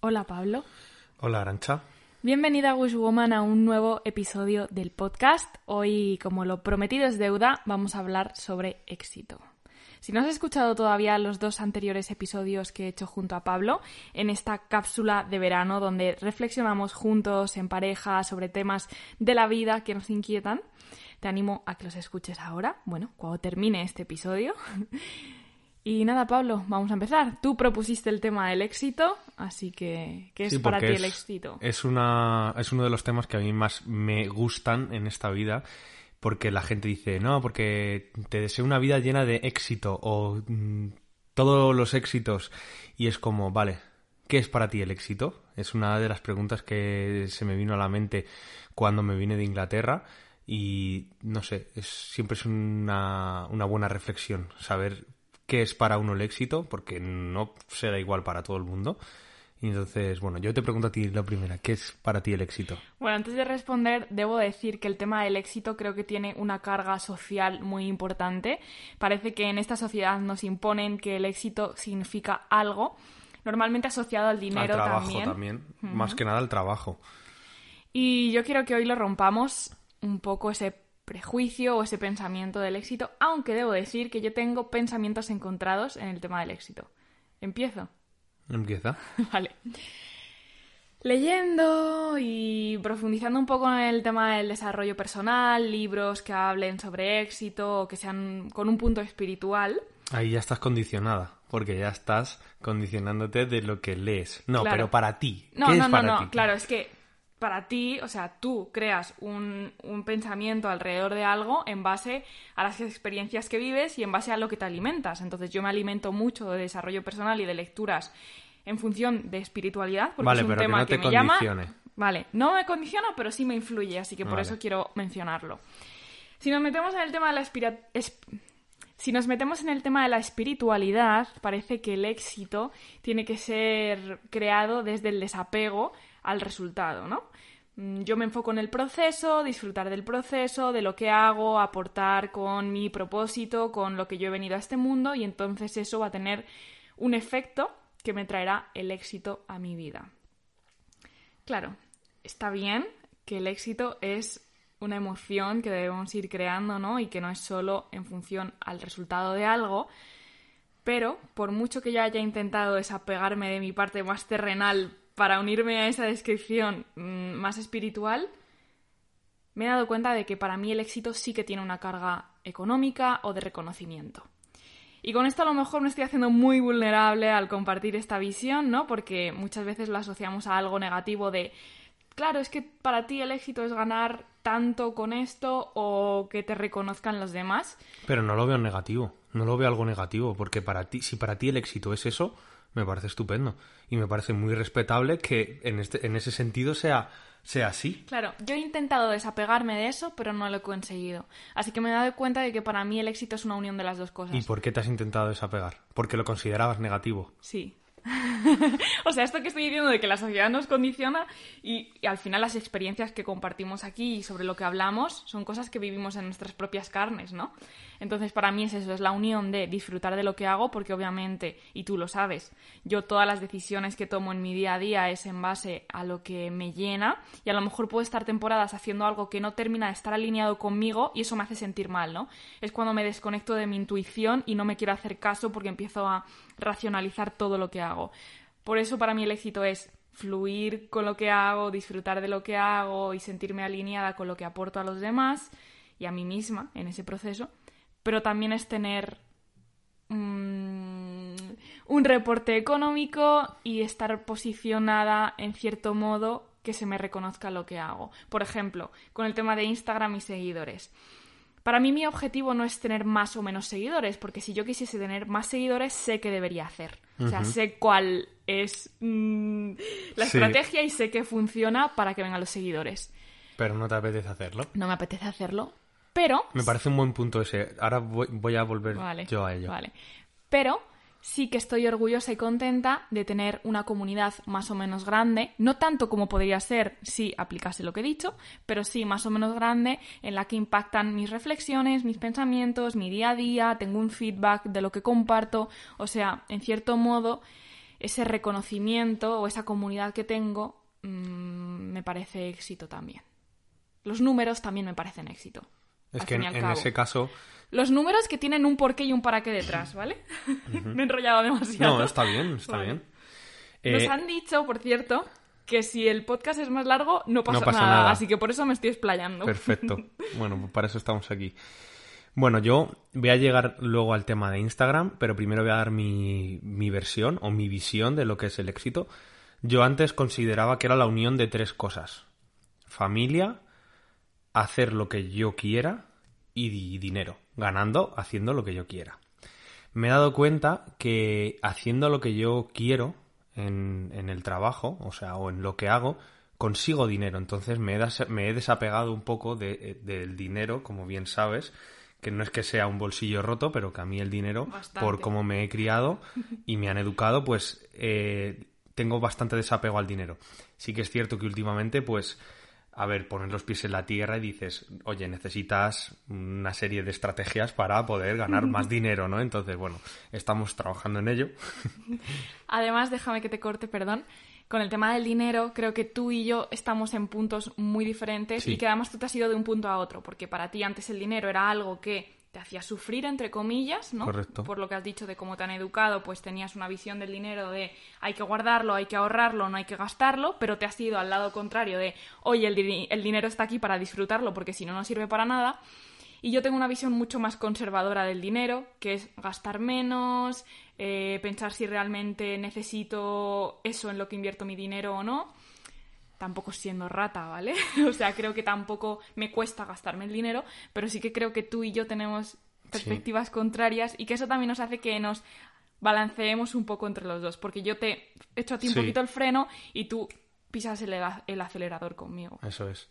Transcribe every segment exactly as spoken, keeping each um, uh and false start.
Hola Pablo. Hola Arantxa. Bienvenida Wishwoman a un nuevo episodio del podcast. Hoy, como lo prometido es deuda, vamos a hablar sobre éxito. Si no has escuchado todavía los dos anteriores episodios que he hecho junto a Pablo, en esta cápsula de verano donde reflexionamos juntos en pareja sobre temas de la vida que nos inquietan, te animo a que los escuches ahora, bueno, cuando termine este episodio. Y nada, Pablo, vamos a empezar. Tú propusiste el tema del éxito, así que ¿qué es sí, para ti es, el éxito? Es, una, es uno de los temas que a mí más me gustan en esta vida, porque la gente dice, no, porque te deseo una vida llena de éxito o mmm, todos los éxitos. Y es como, vale, ¿qué es para ti el éxito? Es una de las preguntas que se me vino a la mente cuando me vine de Inglaterra y, no sé, es, siempre es una, una buena reflexión saber qué es para uno el éxito, porque no será igual para todo el mundo. Y entonces, bueno, yo te pregunto a ti la primera, ¿qué es para ti el éxito? Bueno, antes de responder, debo decir que el tema del éxito creo que tiene una carga social muy importante. Parece que en esta sociedad nos imponen que el éxito significa algo, normalmente asociado al dinero al trabajo también. también, Uh-huh. Más que nada al trabajo. Y yo quiero que hoy lo rompamos un poco ese prejuicio o ese pensamiento del éxito, aunque debo decir que yo tengo pensamientos encontrados en el tema del éxito. ¿Empiezo? Empieza. Vale. Leyendo y profundizando un poco en el tema del desarrollo personal, libros que hablen sobre éxito o que sean con un punto espiritual. Ahí ya estás condicionada, porque ya estás condicionándote de lo que lees. No, claro. Pero para ti. No, ¿Qué no, es no, para no, ti? claro, es que para ti, o sea, tú creas un, un pensamiento alrededor de algo en base a las experiencias que vives y en base a lo que te alimentas. Entonces yo me alimento mucho de desarrollo personal y de lecturas en función de espiritualidad, porque vale, es un pero tema que no te que me llama. condicione. Vale, no me condiciona, pero sí me influye, así que por vale. eso quiero mencionarlo. Si nos metemos en el tema de la espira... es... Si nos metemos en el tema de la espiritualidad, parece que el éxito tiene que ser creado desde el desapego al resultado, ¿no? Yo me enfoco en el proceso, disfrutar del proceso, de lo que hago, aportar con mi propósito, con lo que yo he venido a este mundo, y entonces eso va a tener un efecto que me traerá el éxito a mi vida. Claro, está bien que el éxito es una emoción que debemos ir creando, ¿no? Y que no es solo en función al resultado de algo, pero por mucho que yo haya intentado desapegarme de mi parte más terrenal para unirme a esa descripción mmm, más espiritual, me he dado cuenta de que para mí el éxito sí que tiene una carga económica o de reconocimiento. Y con esto a lo mejor me estoy haciendo muy vulnerable al compartir esta visión, ¿no? Porque muchas veces lo asociamos a algo negativo de, claro, es que para ti el éxito es ganar tanto con esto o que te reconozcan los demás. Pero no lo veo negativo, no lo veo algo negativo, porque para ti, si para ti el éxito es eso, me parece estupendo. Y me parece muy respetable que en, este, en ese sentido sea, sea así. Claro, yo he intentado desapegarme de eso, pero no lo he conseguido. Así que me he dado cuenta de que para mí el éxito es una unión de las dos cosas. ¿Y por qué te has intentado desapegar? ¿Porque lo considerabas negativo? Sí. O sea, esto que estoy diciendo de que la sociedad nos condiciona y, y al final las experiencias que compartimos aquí y sobre lo que hablamos son cosas que vivimos en nuestras propias carnes, ¿no? Entonces para mí es eso, es la unión de disfrutar de lo que hago, porque obviamente, y tú lo sabes, yo todas las decisiones que tomo en mi día a día es en base a lo que me llena, y a lo mejor puedo estar temporadas haciendo algo que no termina de estar alineado conmigo y eso me hace sentir mal, ¿no? Es cuando me desconecto de mi intuición y no me quiero hacer caso porque empiezo a racionalizar todo lo que hago. Por eso para mí el éxito es fluir con lo que hago, disfrutar de lo que hago y sentirme alineada con lo que aporto a los demás y a mí misma en ese proceso, pero también es tener um, un reporte económico y estar posicionada en cierto modo que se me reconozca lo que hago. Por ejemplo, con el tema de Instagram y seguidores. Para mí mi objetivo no es tener más o menos seguidores, porque si yo quisiese tener más seguidores, sé qué debería hacer. Uh-huh. O sea, sé cuál es mmm, la sí. estrategia y sé que funciona para que vengan los seguidores. Pero no te apetece hacerlo. No me apetece hacerlo, pero... Me parece un buen punto ese. Ahora voy, voy a volver vale, yo a ello. Vale, pero... sí que estoy orgullosa y contenta de tener una comunidad más o menos grande, no tanto como podría ser si aplicase lo que he dicho, pero sí más o menos grande, en la que impactan mis reflexiones, mis pensamientos, mi día a día, tengo un feedback de lo que comparto, o sea, en cierto modo, ese reconocimiento o esa comunidad que tengo mmm, me parece éxito también. Los números también me parecen éxito. Es que en, en ese caso... Los números que tienen un porqué y un para qué detrás, ¿vale? Uh-huh. Me he enrollado demasiado. No, está bien, está vale. bien. Nos eh... han dicho, por cierto, que si el podcast es más largo, no pasa, no pasa nada, nada. Así que por eso me estoy explayando. Perfecto. Bueno, pues para eso estamos aquí. Bueno, yo voy a llegar luego al tema de Instagram, pero primero voy a dar mi, mi versión o mi visión de lo que es el éxito. Yo antes consideraba que era la unión de tres cosas. Familia, hacer lo que yo quiera y dinero. Ganando, haciendo lo que yo quiera. Me he dado cuenta que haciendo lo que yo quiero en, en el trabajo, o sea, o en lo que hago, consigo dinero. Entonces me he, des- me he desapegado un poco de, de, del dinero, como bien sabes, que no es que sea un bolsillo roto, pero que a mí el dinero, bastante. Por cómo me he criado y me han educado, pues eh, tengo bastante desapego al dinero. Sí que es cierto que últimamente, pues, a ver, poner los pies en la tierra y dices, oye, necesitas una serie de estrategias para poder ganar más dinero, ¿no? Entonces, bueno, estamos trabajando en ello. Además, déjame que te corte, perdón. Con el tema del dinero, creo que tú y yo estamos en puntos muy diferentes sí. y que además tú te has ido de un punto a otro, porque para ti antes el dinero era algo que te hacía sufrir, entre comillas, ¿no? Correcto. Por lo que has dicho de cómo te han educado, pues tenías una visión del dinero de hay que guardarlo, hay que ahorrarlo, no hay que gastarlo, pero te has ido al lado contrario de oye, el, di- el dinero está aquí para disfrutarlo porque si no, no sirve para nada. Y yo tengo una visión mucho más conservadora del dinero, que es gastar menos, eh, pensar si realmente necesito eso en lo que invierto mi dinero o no. Tampoco siendo rata, ¿vale? O sea, creo que tampoco me cuesta gastarme el dinero, pero sí que creo que tú y yo tenemos perspectivas sí. contrarias y que eso también nos hace que nos balanceemos un poco entre los dos, porque yo te echo a ti un sí. poquito el freno y tú pisas el, el acelerador conmigo. Eso es.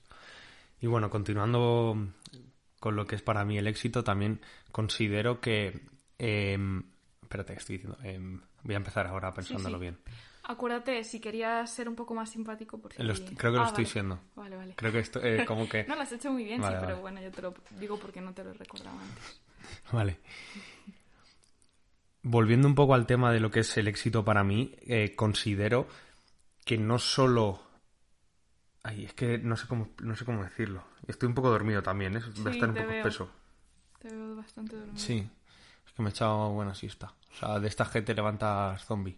Y bueno, continuando con lo que es para mí el éxito, también considero que... Eh, espérate, ¿qué estoy diciendo? Eh, voy a empezar ahora pensándolo sí, sí. bien. Acuérdate, si querías ser un poco más simpático... Por si... Lo est- creo que ah, lo estoy vale. siendo. Vale, vale. Creo que esto, eh, como que... No, lo has hecho muy bien, vale, sí, vale. pero bueno, yo te lo digo porque no te lo recordaba antes. Vale. Volviendo un poco al tema de lo que es el éxito para mí, eh, considero que no solo... Ay, es que no sé cómo, no sé cómo decirlo. Estoy un poco dormido también, ¿eh? Sí, voy a estar un te poco veo. espeso. Te veo bastante dormido. Sí, es que me he echado buena siesta. O sea, de esta gente levantas zombie.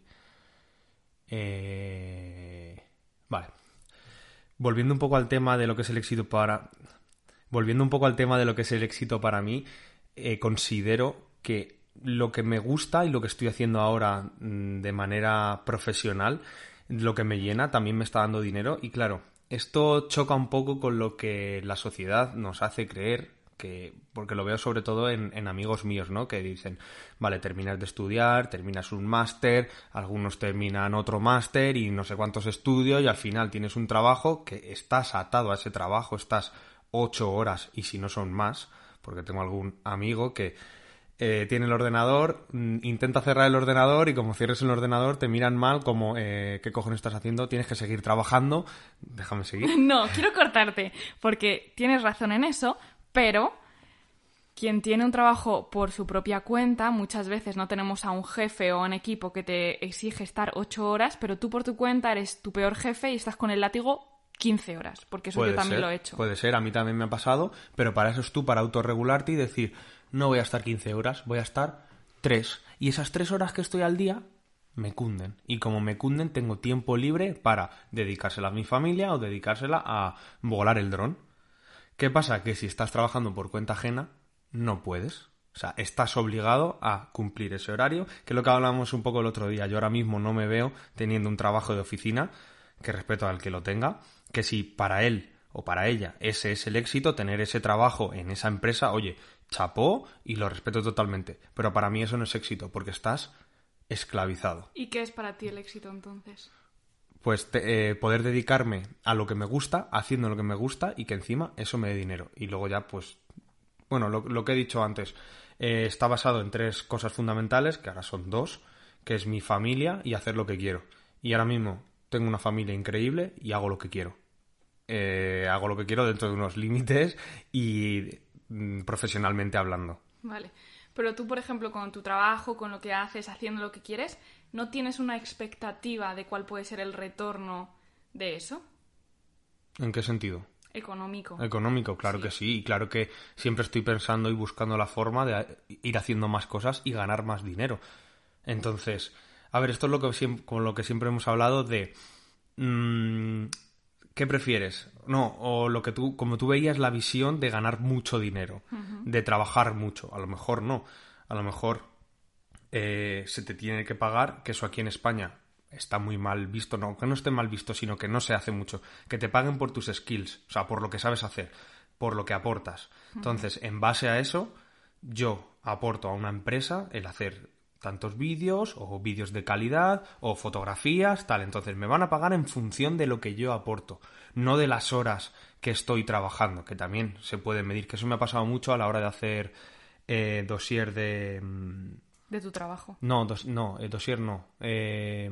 Eh... Vale. Volviendo un poco al tema de lo que es el éxito para... Volviendo un poco al tema de lo que es el éxito para mí, eh, considero que lo que me gusta y lo que estoy haciendo ahora mmm, de manera profesional, lo que me llena, también me está dando dinero. Y claro, esto choca un poco con lo que la sociedad nos hace creer, que porque lo veo sobre todo en, en amigos míos, ¿no? Que dicen, vale, terminas de estudiar, terminas un máster, algunos terminan otro máster y no sé cuántos estudios y al final tienes un trabajo que estás atado a ese trabajo, estás ocho horas y si no son más, porque tengo algún amigo que eh, tiene el ordenador, intenta cerrar el ordenador y como cierres el ordenador te miran mal como, eh, ¿qué cojones estás haciendo? Tienes que seguir trabajando. Déjame seguir. No, quiero cortarte, porque tienes razón en eso, pero quien tiene un trabajo por su propia cuenta, muchas veces no tenemos a un jefe o a un equipo que te exige estar ocho horas, pero tú por tu cuenta eres tu peor jefe y estás con el látigo quince horas, porque eso puede yo también ser, lo he hecho. Puede ser, a mí también me ha pasado, pero para eso es tú, para autorregularte y decir, no voy a estar quince horas, voy a estar tres. Y esas tres horas que estoy al día me cunden. Y como me cunden, tengo tiempo libre para dedicársela a mi familia o dedicársela a volar el dron. ¿Qué pasa? Que si estás trabajando por cuenta ajena, no puedes. O sea, estás obligado a cumplir ese horario, que es lo que hablábamos un poco el otro día. Yo ahora mismo no me veo teniendo un trabajo de oficina, que respeto al que lo tenga, que si para él o para ella ese es el éxito, tener ese trabajo en esa empresa, oye, chapó y lo respeto totalmente. Pero para mí eso no es éxito, porque estás esclavizado. ¿Y qué es para ti el éxito entonces? Pues te, eh, poder dedicarme a lo que me gusta, haciendo lo que me gusta y que encima eso me dé dinero. Y luego ya, pues, bueno, lo, lo que he dicho antes, eh, está basado en tres cosas fundamentales, que ahora son dos, que es mi familia y hacer lo que quiero. Y ahora mismo tengo una familia increíble y hago lo que quiero. Eh, hago lo que quiero dentro de unos límites y mm, profesionalmente hablando. Vale. Pero tú, por ejemplo, con tu trabajo, con lo que haces, haciendo lo que quieres, ¿no tienes una expectativa de cuál puede ser el retorno de eso? ¿En qué sentido? Económico. Económico, claro Sí. que sí. Y claro que siempre estoy pensando y buscando la forma de ir haciendo más cosas y ganar más dinero. Entonces, a ver, esto es lo que siempre, con lo que siempre hemos hablado de... Mmm, ¿qué prefieres? No, o lo que tú, como tú veías, la visión de ganar mucho dinero, uh-huh. de trabajar mucho. A lo mejor no. A lo mejor eh, se te tiene que pagar, que eso aquí en España está muy mal visto, no que no esté mal visto, sino que no se hace mucho, que te paguen por tus skills, o sea, por lo que sabes hacer, por lo que aportas. Entonces, en base a eso, yo aporto a una empresa el hacer tantos vídeos, o vídeos de calidad, o fotografías, tal. Entonces, me van a pagar en función de lo que yo aporto, no de las horas que estoy trabajando, que también se puede medir, que eso me ha pasado mucho a la hora de hacer eh, dossier de... De tu trabajo. No, dos, no, eh, dossier no. Eh,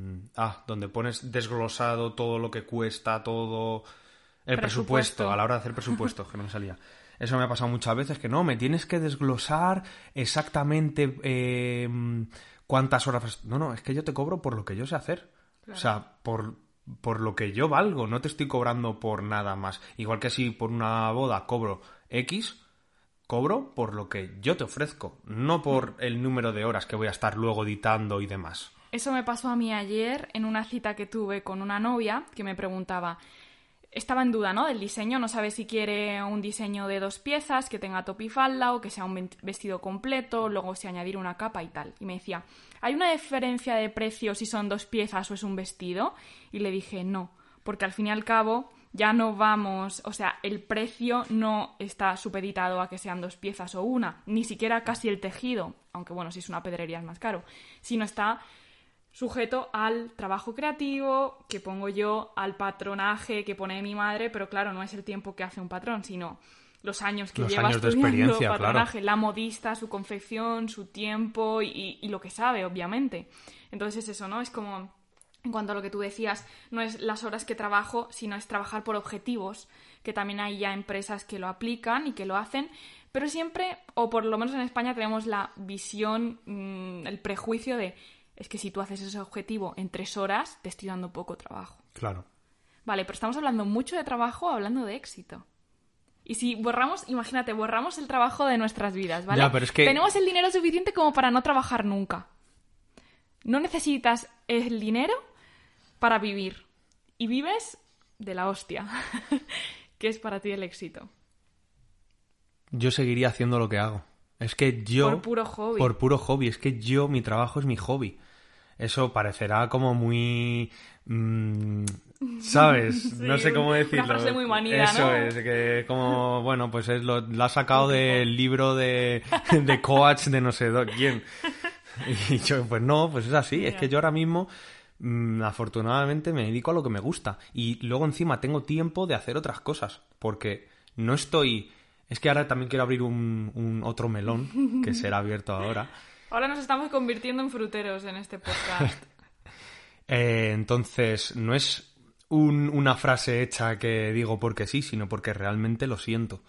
ah, donde pones desglosado todo lo que cuesta, todo... El presupuesto, presupuesto a la hora de hacer presupuesto, que no me salía. Eso me ha pasado muchas veces, que no, me tienes que desglosar exactamente eh, cuántas horas... No, no, es que yo te cobro por lo que yo sé hacer. Claro. O sea, por, por lo que yo valgo, no te estoy cobrando por nada más. Igual que si por una boda cobro X... Cobro por lo que yo te ofrezco, no por el número de horas que voy a estar luego editando y demás. Eso me pasó a mí ayer en una cita que tuve con una novia que me preguntaba, estaba en duda, ¿no?, del diseño, no sabe si quiere un diseño de dos piezas, que tenga top y falda o que sea un vestido completo, luego si añadir una capa y tal. Y me decía, ¿hay una diferencia de precio si son dos piezas o es un vestido? Y le dije, no, porque al fin y al cabo... Ya no vamos, o sea, el precio no está supeditado a que sean dos piezas o una, ni siquiera casi el tejido, aunque bueno, si es una pedrería es más caro, sino está sujeto al trabajo creativo que pongo yo, al patronaje que pone mi madre, pero claro, no es el tiempo que hace un patrón, sino los años que los lleva años estudiando de experiencia, patronaje, claro. La modista, su confección, su tiempo y, y lo que sabe, obviamente. Entonces es eso, ¿no? Es como... En cuanto a lo que tú decías, no es las horas que trabajo, sino es trabajar por objetivos, que también hay ya empresas que lo aplican y que lo hacen, pero siempre, o por lo menos en España, tenemos la visión, mmm, el prejuicio de, es que si tú haces ese objetivo en tres horas, te estoy dando poco trabajo. Claro. Vale, pero estamos hablando mucho de trabajo, hablando de éxito. Y si borramos, imagínate, borramos el trabajo de nuestras vidas, ¿vale? Ya, pero es que... Tenemos el dinero suficiente como para no trabajar nunca. No necesitas el dinero para vivir. Y vives de la hostia. ¿Qué es para ti el éxito? Yo seguiría haciendo lo que hago. Es que yo... Por puro hobby. Por puro hobby. Es que yo, mi trabajo es mi hobby. Eso parecerá como muy... Mmm, ¿sabes? Sí, no sé cómo decirlo. Una frase muy manida, Eso ¿no? es, que como... Bueno, pues es lo, lo ha sacado del libro de, de coach de no sé quién. Y yo, pues no, pues es así. Es que yo ahora mismo... afortunadamente me dedico a lo que me gusta y luego encima tengo tiempo de hacer otras cosas porque no estoy... Es que ahora también quiero abrir un, un otro melón que será abierto ahora. Ahora nos estamos convirtiendo en fruteros en este podcast. eh, entonces no es un, una frase hecha que digo porque sí, sino porque realmente lo siento.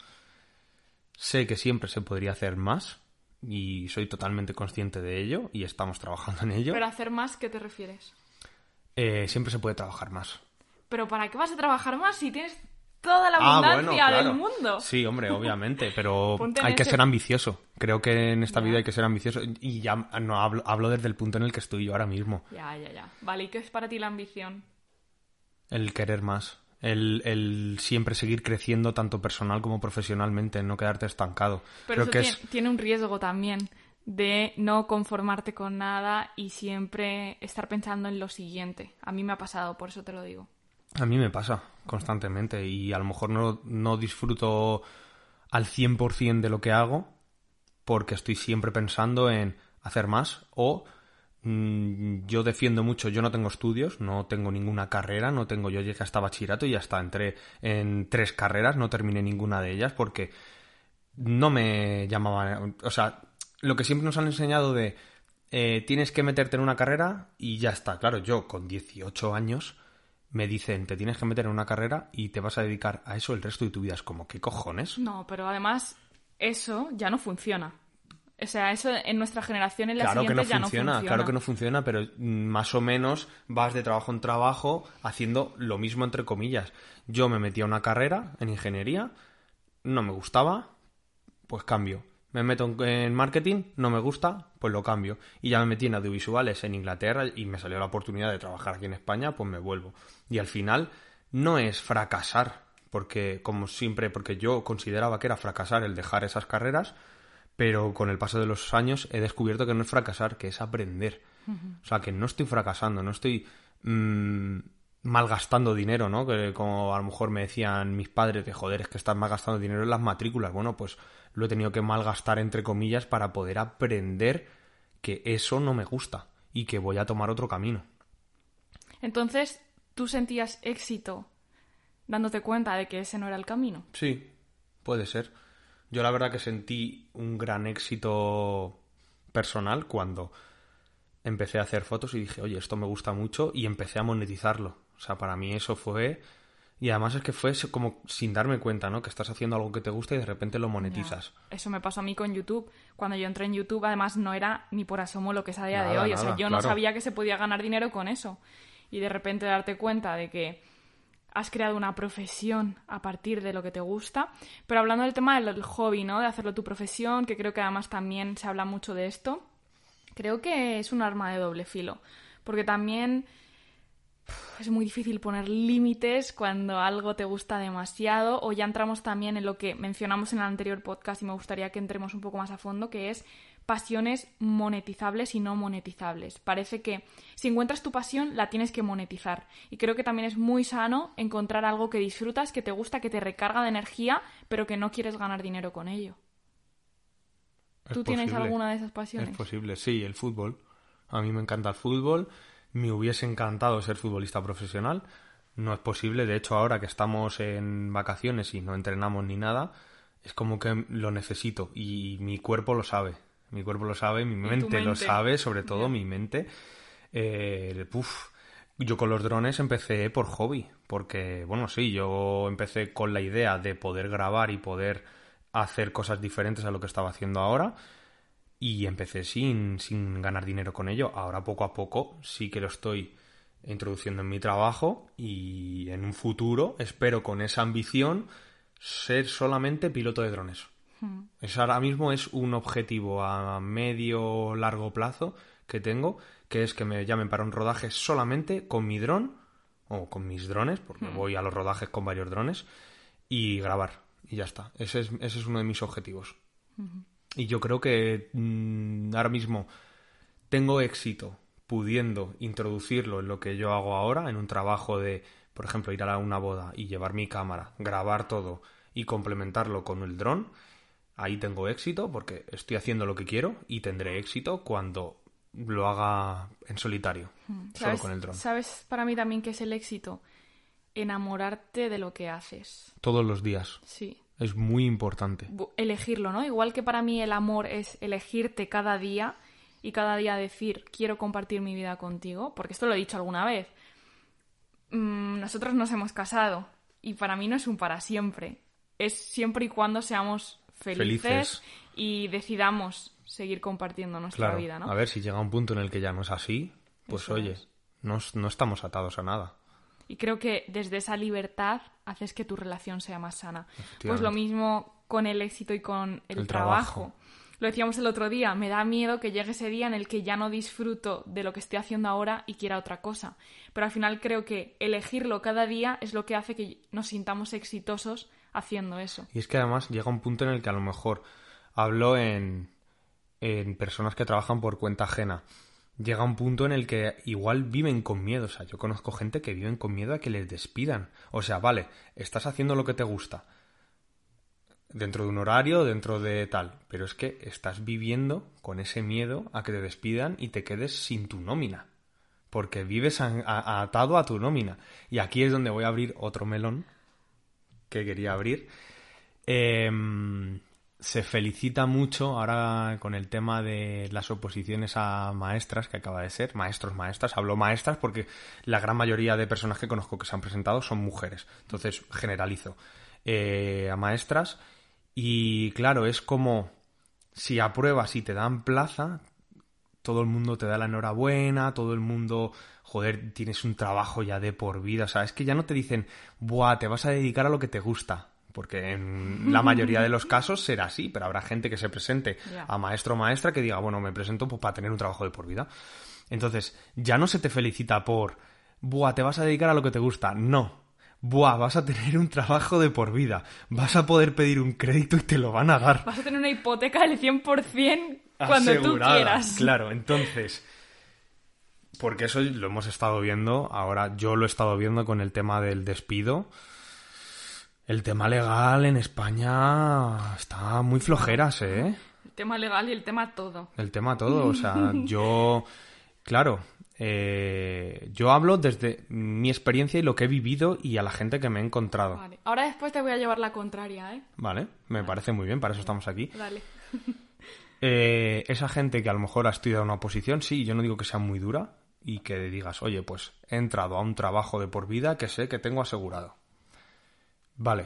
Sé que siempre se podría hacer más y soy totalmente consciente de ello y estamos trabajando en ello. ¿Pero hacer más, qué te refieres? Eh, siempre se puede trabajar más. ¿Pero para qué vas a trabajar más si tienes toda la ah, abundancia bueno, claro. del mundo? Sí, hombre, obviamente, pero hay ese... que ser ambicioso. Creo que en esta ya. vida hay que ser ambicioso. Y ya no hablo, hablo desde el punto en el que estoy yo ahora mismo. Ya, ya, ya. Vale, ¿y qué es para ti la ambición? El querer más. El, el siempre seguir creciendo tanto personal como profesionalmente, no quedarte estancado. Pero Creo eso que tiene, es... tiene un riesgo también de no conformarte con nada y siempre estar pensando en lo siguiente. A mí me ha pasado, por eso te lo digo. A mí me pasa constantemente y a lo mejor no, no disfruto al cien por ciento de lo que hago porque estoy siempre pensando en hacer más o mmm, yo defiendo mucho, yo no tengo estudios, no tengo ninguna carrera, no tengo, yo llegué hasta bachillerato y ya está, entré en tres carreras, no terminé ninguna de ellas porque no me llamaba, o sea... Lo que siempre nos han enseñado de eh, tienes que meterte en una carrera y ya está. Claro, yo con dieciocho años me dicen te tienes que meter en una carrera y te vas a dedicar a eso el resto de tu vida. Es como, ¿qué cojones? No, pero además eso ya no funciona. O sea, eso en nuestra generación, en la Claro que siguiente no ya funciona, no funciona. claro que no funciona, pero más o menos vas de trabajo en trabajo haciendo lo mismo entre comillas. Yo me metí a una carrera en ingeniería, no me gustaba, pues cambio. Me meto en marketing, no me gusta, pues lo cambio. Y ya me metí en audiovisuales en Inglaterra y me salió la oportunidad de trabajar aquí en España, pues me vuelvo. Y al final no es fracasar, porque como siempre, porque yo consideraba que era fracasar el dejar esas carreras, pero con el paso de los años he descubierto que no es fracasar, que es aprender. Uh-huh. O sea, que no estoy fracasando, no estoy mmm, malgastando dinero, ¿no? Que como a lo mejor me decían mis padres, de joder, es que estás malgastando dinero en las matrículas. Bueno, pues lo he tenido que malgastar, entre comillas, para poder aprender que eso no me gusta y que voy a tomar otro camino. Entonces, ¿tú sentías éxito dándote cuenta de que ese no era el camino? Sí, puede ser. Yo la verdad que sentí un gran éxito personal cuando empecé a hacer fotos y dije, oye, esto me gusta mucho, y empecé a monetizarlo. O sea, para mí eso fue... Y además es que fue como sin darme cuenta, ¿no? Que estás haciendo algo que te gusta y de repente lo monetizas. Ya. Eso me pasó a mí con YouTube. Cuando yo entré en YouTube, además, no era ni por asomo lo que es a día nada, de hoy. Nada, o sea, yo claro. no sabía que se podía ganar dinero con eso. Y de repente darte cuenta de que has creado una profesión a partir de lo que te gusta. Pero hablando del tema del hobby, ¿no? De hacerlo tu profesión, que creo que además también se habla mucho de esto, creo que es un arma de doble filo. Porque también es muy difícil poner límites cuando algo te gusta demasiado, o ya entramos también en lo que mencionamos en el anterior podcast y me gustaría que entremos un poco más a fondo, que es pasiones monetizables y no monetizables. Parece que si encuentras tu pasión, la tienes que monetizar. Y creo que también es muy sano encontrar algo que disfrutas, que te gusta, que te recarga de energía, pero que no quieres ganar dinero con ello. Es ¿Tú posible. tienes alguna de esas pasiones? Es posible, sí, el fútbol. A mí me encanta el fútbol. Me hubiese encantado ser futbolista profesional. No es posible. De hecho, ahora que estamos en vacaciones y no entrenamos ni nada, es como que lo necesito. Y mi cuerpo lo sabe. Mi cuerpo lo sabe, mi mente, mente? lo sabe, sobre todo yeah. mi mente. Eh, uf, yo con los drones empecé por hobby. Porque, bueno, sí, yo empecé con la idea de poder grabar y poder hacer cosas diferentes a lo que estaba haciendo ahora. Y empecé sin, sin ganar dinero con ello. Ahora poco a poco sí que lo estoy introduciendo en mi trabajo y en un futuro espero con esa ambición ser solamente piloto de drones. Hmm. Eso ahora mismo es un objetivo a medio largo plazo que tengo, que es que me llamen para un rodaje solamente con mi dron o con mis drones, porque hmm. voy a los rodajes con varios drones, y grabar. Y ya está. Ese es, ese es uno de mis objetivos. Hmm. Y yo creo que mmm, ahora mismo tengo éxito pudiendo introducirlo en lo que yo hago ahora, en un trabajo de, por ejemplo, ir a una boda y llevar mi cámara, grabar todo y complementarlo con el dron. Ahí tengo éxito porque estoy haciendo lo que quiero y tendré éxito cuando lo haga en solitario, ¿Sabes, solo con el dron. ¿Sabes para mí también qué es el éxito? Enamorarte de lo que haces. Todos los días. Sí. Es muy importante. Elegirlo, ¿no? Igual que para mí el amor es elegirte cada día y cada día decir, quiero compartir mi vida contigo, porque esto lo he dicho alguna vez. Mm, nosotros nos hemos casado y para mí no es un para siempre. Es siempre y cuando seamos felices, felices. y decidamos seguir compartiendo nuestra claro. vida, ¿no? A ver, si llega un punto en el que ya no es así, pues Eso oye, es. no, no estamos atados a nada. Y creo que desde esa libertad haces que tu relación sea más sana. Pues lo mismo con el éxito y con el, el trabajo. trabajo. Lo decíamos el otro día, me da miedo que llegue ese día en el que ya no disfruto de lo que estoy haciendo ahora y quiera otra cosa. Pero al final creo que elegirlo cada día es lo que hace que nos sintamos exitosos haciendo eso. Y es que además llega un punto en el que a lo mejor hablo en, en personas que trabajan por cuenta ajena. Llega un punto en el que igual viven con miedo. O sea, yo conozco gente que viven con miedo a que les despidan. O sea, vale, estás haciendo lo que te gusta. Dentro de un horario, dentro de tal. Pero es que estás viviendo con ese miedo a que te despidan y te quedes sin tu nómina. Porque vives a, a, atado a tu nómina. Y aquí es donde voy a abrir otro melón que quería abrir. Eh... Se felicita mucho ahora con el tema de las oposiciones a maestras que acaba de ser, maestros, maestras, hablo maestras porque la gran mayoría de personas que conozco que se han presentado son mujeres, entonces generalizo, eh, a maestras y claro, es como si apruebas y te dan plaza, todo el mundo te da la enhorabuena, todo el mundo, joder, tienes un trabajo ya de por vida. O sea, es que ya no te dicen, buah, te vas a dedicar a lo que te gusta. Porque en la mayoría de los casos será así, pero habrá gente que se presente yeah. a maestro o maestra que diga, bueno, me presento pues, para tener un trabajo de por vida. Entonces, ya no se te felicita por, buah, te vas a dedicar a lo que te gusta. No. Buah, vas a tener un trabajo de por vida. Vas a poder pedir un crédito y te lo van a dar. Vas a tener una hipoteca del cien por ciento cuando asegurada, tú quieras. Claro, entonces... Porque eso lo hemos estado viendo, ahora yo lo he estado viendo con el tema del despido. El tema legal en España está muy flojeras, ¿eh? El tema legal y el tema todo. El tema todo, o sea, yo... Claro, eh, yo hablo desde mi experiencia y lo que he vivido y a la gente que me he encontrado. Vale, ahora después te voy a llevar la contraria, ¿eh? Vale, me vale. parece muy bien, para eso estamos aquí. Dale. Eh, esa gente que a lo mejor ha estudiado una oposición, sí, yo no digo que sea muy dura y que digas, oye, pues he entrado a un trabajo de por vida que sé que tengo asegurado. Vale.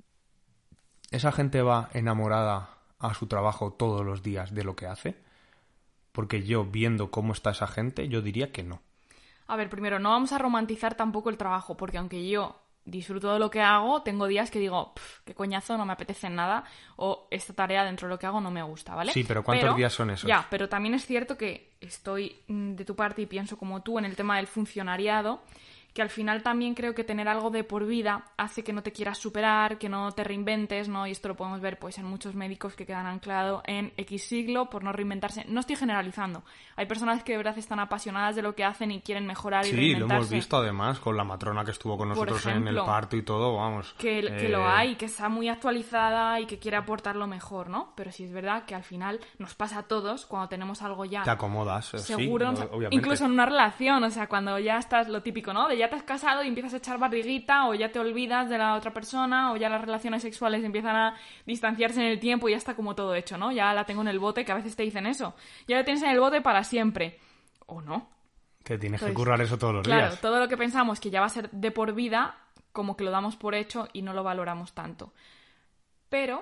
¿Esa gente va enamorada a su trabajo todos los días de lo que hace? Porque yo, viendo cómo está esa gente, yo diría que no. A ver, primero, no vamos a romantizar tampoco el trabajo, porque aunque yo disfruto de lo que hago, tengo días que digo, qué coñazo, no me apetece nada, o esta tarea dentro de lo que hago no me gusta, ¿vale? Sí, pero ¿cuántos pero, días son esos? Ya, pero también es cierto que estoy de tu parte y pienso como tú en el tema del funcionariado, que al final también creo que tener algo de por vida hace que no te quieras superar, que no te reinventes, ¿no? Y esto lo podemos ver pues en muchos médicos que quedan anclados en X siglo por no reinventarse. No estoy generalizando. Hay personas que de verdad están apasionadas de lo que hacen y quieren mejorar y sí, reinventarse. Sí, lo hemos visto además con la matrona que estuvo con nosotros ejemplo, en el parto y todo, vamos. Que, eh... que lo hay, que está muy actualizada y que quiere aportar lo mejor, ¿no? Pero sí es verdad que al final nos pasa a todos cuando tenemos algo ya... Te acomodas, seguro, sí, obviamente. Incluso en una relación, o sea, cuando ya estás, lo típico, ¿no? De ya te has casado y empiezas a echar barriguita o ya te olvidas de la otra persona o ya las relaciones sexuales empiezan a distanciarse en el tiempo y ya está como todo hecho, ¿no? Ya la tengo en el bote, que a veces te dicen eso. Ya la tienes en el bote para siempre. ¿O no? Te tienes Entonces, que currar eso todos los claro, días. Claro, todo lo que pensamos que ya va a ser de por vida, como que lo damos por hecho y no lo valoramos tanto. Pero...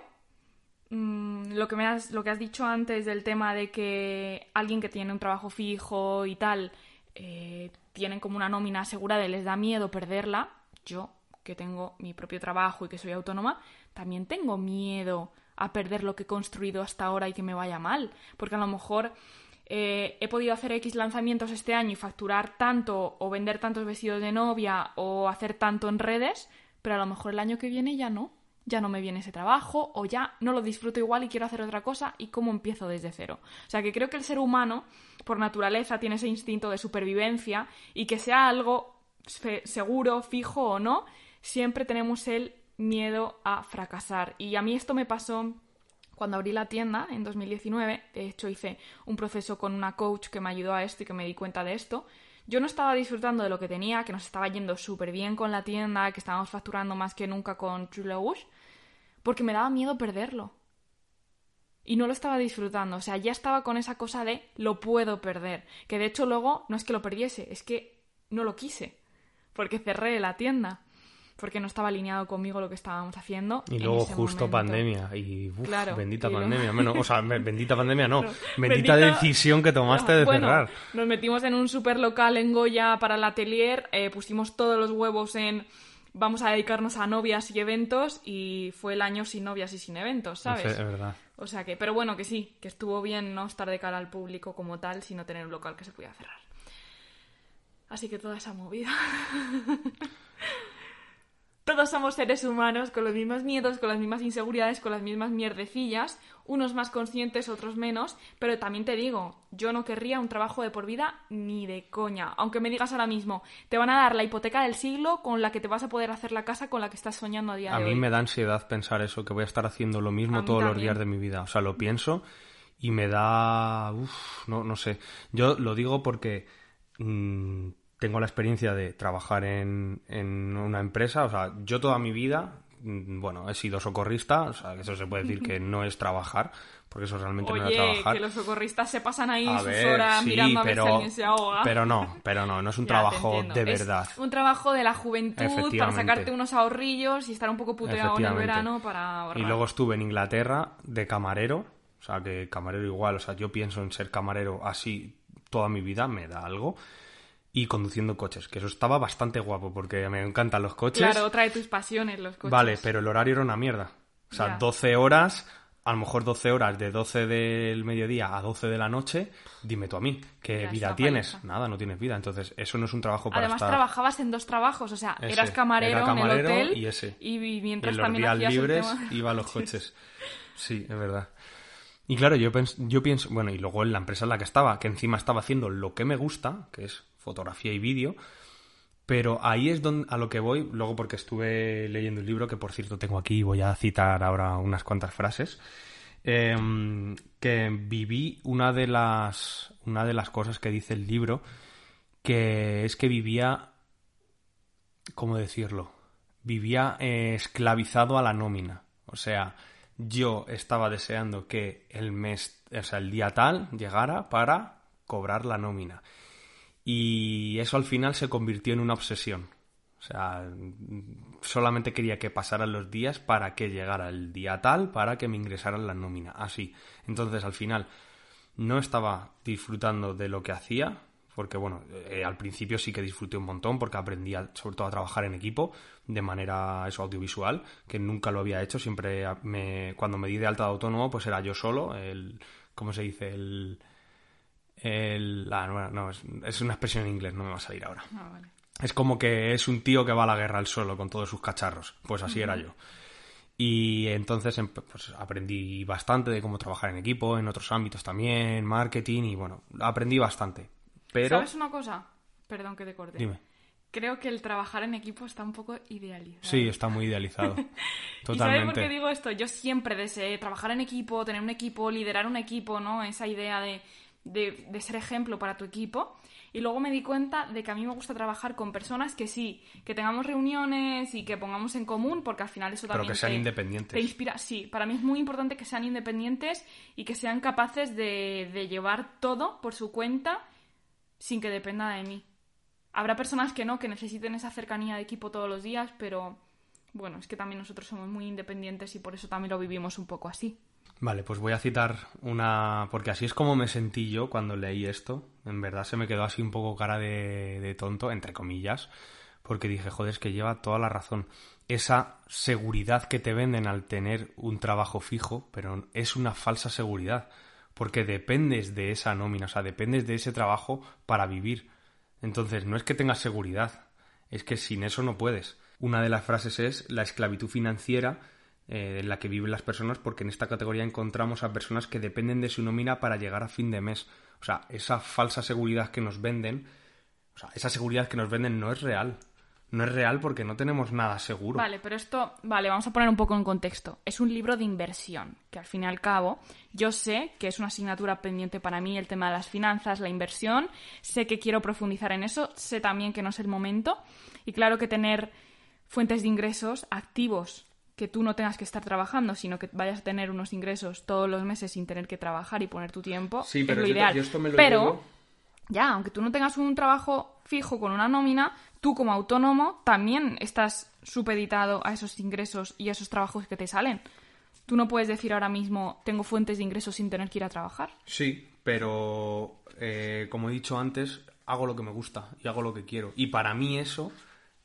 mmm, lo que me has, lo que has dicho antes del tema de que alguien que tiene un trabajo fijo y tal... Eh, tienen como una nómina asegurada y les da miedo perderla. Yo, que tengo mi propio trabajo y que soy autónoma, también tengo miedo a perder lo que he construido hasta ahora y que me vaya mal. Porque a lo mejor eh, he podido hacer X lanzamientos este año y facturar tanto o vender tantos vestidos de novia o hacer tanto en redes, pero a lo mejor el año que viene ya no. Ya no me viene ese trabajo o ya no lo disfruto igual y quiero hacer otra cosa y cómo empiezo desde cero. O sea que creo que el ser humano por naturaleza tiene ese instinto de supervivencia y que sea algo fe- seguro, fijo o no, siempre tenemos el miedo a fracasar. Y a mí esto me pasó cuando abrí la tienda en dos mil diecinueve. De hecho hice un proceso con una coach que me ayudó a esto y que me di cuenta de esto. Yo no estaba disfrutando de lo que tenía, que nos estaba yendo súper bien con la tienda, que estábamos facturando más que nunca con True Logos, porque me daba miedo perderlo. Y no lo estaba disfrutando, o sea, ya estaba con esa cosa de lo puedo perder. Que de hecho luego no es que lo perdiese, es que no lo quise, porque cerré la tienda, porque no estaba alineado conmigo lo que estábamos haciendo. Y luego justo momento. Pandemia, y uf, claro, bendita y pandemia, luego... menos, o sea, bendita pandemia no, Pero, bendita, bendita decisión que tomaste de bueno, cerrar. Nos metimos en un super local en Goya para el atelier, eh, pusimos todos los huevos en... Vamos a dedicarnos a novias y eventos y fue el año sin novias y sin eventos, ¿sabes? No sé, es verdad. O sea que, pero bueno, que sí, que estuvo bien no estar de cara al público como tal, sino tener un local que se pudiera cerrar. Así que toda esa movida. Todos somos seres humanos con los mismos miedos, con las mismas inseguridades, con las mismas mierdecillas, unos más conscientes, otros menos, pero también te digo, yo no querría un trabajo de por vida ni de coña, aunque me digas ahora mismo, te van a dar la hipoteca del siglo con la que te vas a poder hacer la casa con la que estás soñando a día a de hoy. A mí me da ansiedad pensar eso, que voy a estar haciendo lo mismo todos también. los días de mi vida, o sea, lo pienso y me da... Uf, no, no sé, yo lo digo porque... Mmm, tengo la experiencia de trabajar en, en una empresa, o sea, yo toda mi vida, bueno, he sido socorrista, o sea, eso se puede decir que no es trabajar, porque eso realmente Oye, no era trabajar. Oye, que los socorristas se pasan ahí a sus ver, horas sí, mirando a pero, ver si alguien se ahoga. Pero no, pero no, no es un ya, trabajo de verdad. Es un trabajo de la juventud para sacarte unos ahorrillos y estar un poco puteado en el verano para ahorrar. Y luego estuve en Inglaterra de camarero, O sea, que camarero igual. O sea, yo pienso en ser camarero así toda mi vida, me da algo. Y conduciendo coches, que eso estaba bastante guapo, porque me encantan los coches. Claro, otra de tus pasiones, los coches. Vale, pero el horario era una mierda. O sea, Ya. doce horas, a lo mejor doce horas, de doce del mediodía a doce de la noche, dime tú a mí, ¿qué Ya, es vida una tienes? paliza. Nada, no tienes vida. Entonces, eso no es un trabajo para Además estar... trabajabas en dos trabajos, o sea, Ese, eras camarero, era camarero en el hotel y ese. y Y mientras en los también días hacías libres el tema... iba a los coches. Sí, es verdad. Y claro, yo, pens- yo pienso... Bueno, y luego en la empresa en la que estaba, que encima estaba haciendo lo que me gusta, que es fotografía y vídeo, pero ahí es donde, a lo que voy, luego porque estuve leyendo un libro, que por cierto tengo aquí y voy a citar ahora unas cuantas frases, eh, que viví una de las una de las cosas que dice el libro, que es que vivía, ¿cómo decirlo? Vivía eh, esclavizado a la nómina. O sea, yo estaba deseando que el mes, o sea, el día tal llegara para cobrar la nómina. Y eso al final se convirtió en una obsesión. O sea, solamente quería que pasaran los días para que llegara el día tal, para que me ingresaran la nómina. Así. Entonces, al final, no estaba disfrutando de lo que hacía, porque, bueno, eh, al principio sí que disfruté un montón, porque aprendí a, sobre todo a trabajar en equipo, de manera eso, audiovisual, que nunca lo había hecho. Siempre me, cuando me di de alta de autónomo, pues era yo solo, el, ¿cómo se dice? El... El, ah, no, no, es, es una expresión en inglés, no me va a salir ahora. Ah, vale. Es como que es un tío que va a la guerra él solo con todos sus cacharros. Pues así Uh-huh. era yo. Y entonces pues, aprendí bastante de cómo trabajar en equipo, en otros ámbitos también, marketing, y bueno, aprendí bastante. Pero... ¿Sabes una cosa? Perdón que te corte. Dime. Creo que el trabajar en equipo está un poco idealizado. Sí, está muy idealizado. ¿Y sabes Totalmente. por qué digo esto? Yo siempre deseé trabajar en equipo, tener un equipo, liderar un equipo, ¿no? Esa idea de, de, de ser ejemplo para tu equipo. Y luego me di cuenta de que a mí me gusta trabajar con personas que sí, que tengamos reuniones y que pongamos en común, porque al final eso Pero también que sean te, independientes. te inspira. Sí, para mí es muy importante que sean independientes y que sean capaces de, de llevar todo por su cuenta sin que dependa de mí. Habrá personas que no, que necesiten esa cercanía de equipo todos los días, pero bueno, es que también nosotros somos muy independientes y por eso también lo vivimos un poco así. Vale, pues voy a citar una... Porque así es como me sentí yo cuando leí esto. En verdad se me quedó así un poco cara de, de tonto, entre comillas, porque dije, joder, es que lleva toda la razón. Esa seguridad que te venden al tener un trabajo fijo, pero es una falsa seguridad, porque dependes de esa nómina, o sea, dependes de ese trabajo para vivir. Entonces, no es que tengas seguridad, es que sin eso no puedes. Una de las frases es la esclavitud financiera eh, en la que viven las personas, porque en esta categoría encontramos a personas que dependen de su nómina para llegar a fin de mes. O sea, esa falsa seguridad que nos venden, o sea, esa seguridad que nos venden no es real. No es real porque no tenemos nada seguro. Vale, pero esto, vale, vamos a poner un poco en contexto. Es un libro de inversión, que al fin y al cabo, yo sé que es una asignatura pendiente para mí el tema de las finanzas, la inversión, sé que quiero profundizar en eso, sé también que no es el momento, y claro que tener fuentes de ingresos activos, que tú no tengas que estar trabajando, sino que vayas a tener unos ingresos todos los meses sin tener que trabajar y poner tu tiempo, Sí, pero es lo yo, ideal. yo esto me lo pero... llevo... Ya, aunque tú no tengas un trabajo fijo con una nómina, tú como autónomo también estás supeditado a esos ingresos y a esos trabajos que te salen. Tú no puedes decir ahora mismo, tengo fuentes de ingresos sin tener que ir a trabajar. Sí, pero eh, como he dicho antes, hago lo que me gusta y hago lo que quiero. Y para mí eso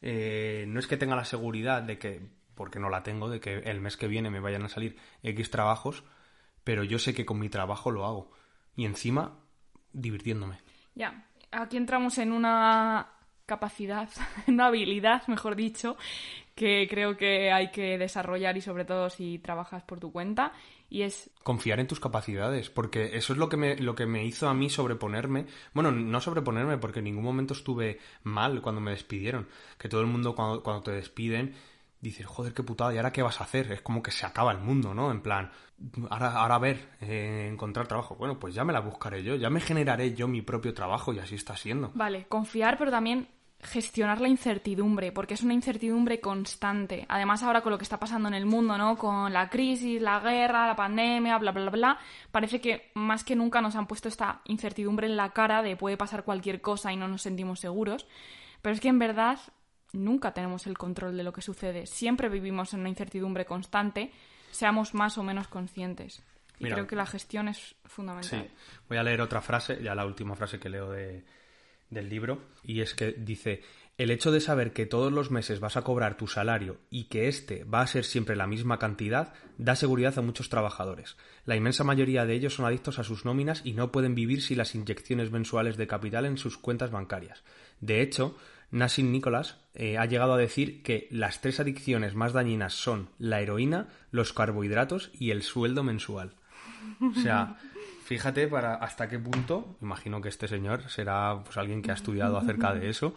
eh, no es que tenga la seguridad de que, porque no la tengo, de que el mes que viene me vayan a salir X trabajos, pero yo sé que con mi trabajo lo hago. Y encima, divirtiéndome. Ya, aquí entramos en una capacidad, en una habilidad, mejor dicho, que creo que hay que desarrollar y sobre todo si trabajas por tu cuenta, y es... Confiar en tus capacidades, porque eso es lo que me, lo que me hizo a mí sobreponerme. Bueno, no sobreponerme, porque en ningún momento estuve mal cuando me despidieron. Que todo el mundo cuando, cuando te despiden dices, joder, qué putada, ¿y ahora qué vas a hacer? Es como que se acaba el mundo, ¿no? En plan, ahora, ahora a ver, eh, encontrar trabajo. Bueno, pues ya me la buscaré yo, ya me generaré yo mi propio trabajo y así está siendo. Vale, confiar, pero también gestionar la incertidumbre, porque es una incertidumbre constante. Además, ahora con lo que está pasando en el mundo, ¿no? Con la crisis, la guerra, la pandemia, bla, bla, bla, bla, parece que más que nunca nos han puesto esta incertidumbre en la cara de puede pasar cualquier cosa y no nos sentimos seguros. Pero es que en verdad nunca tenemos el control de lo que sucede. Siempre vivimos en una incertidumbre constante, seamos más o menos conscientes. Y Mira, creo que la gestión es fundamental. Sí, voy a leer otra frase, ya la última frase que leo de, del libro, y es que dice: el hecho de saber que todos los meses vas a cobrar tu salario y que éste va a ser siempre la misma cantidad da seguridad a muchos trabajadores. La inmensa mayoría de ellos son adictos a sus nóminas y no pueden vivir sin las inyecciones mensuales de capital en sus cuentas bancarias. De hecho, Nassim Nicholas eh, ha llegado a decir que las tres adicciones más dañinas son la heroína, los carbohidratos y el sueldo mensual. O sea, fíjate para hasta qué punto, imagino que este señor será pues alguien que ha estudiado acerca de eso,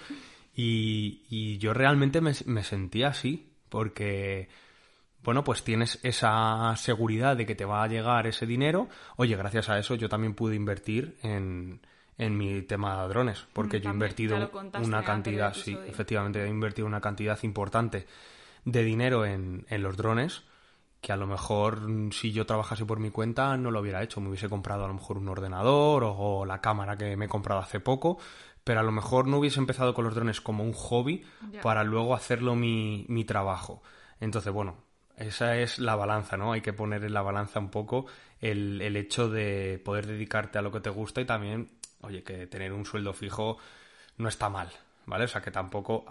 y, y yo realmente me, me sentía así, porque, bueno, pues tienes esa seguridad de que te va a llegar ese dinero. Oye, gracias a eso yo también pude invertir en, en mi tema de drones, porque Mm, yo he también, invertido ya lo contaste una en el cantidad, anterior sí, episodio. efectivamente he invertido una cantidad importante de dinero en, en los drones, que a lo mejor mm, si yo trabajase por mi cuenta no lo hubiera hecho. Me hubiese comprado a lo mejor un ordenador o, o la cámara que me he comprado hace poco, pero a lo mejor no hubiese empezado con los drones como un hobby Ya. para luego hacerlo mi, mi trabajo. Entonces, bueno, esa es la balanza, ¿no? Hay que poner en la balanza un poco el, el hecho de poder dedicarte a lo que te gusta y también, oye, que tener un sueldo fijo no está mal, ¿vale? O sea, que tampoco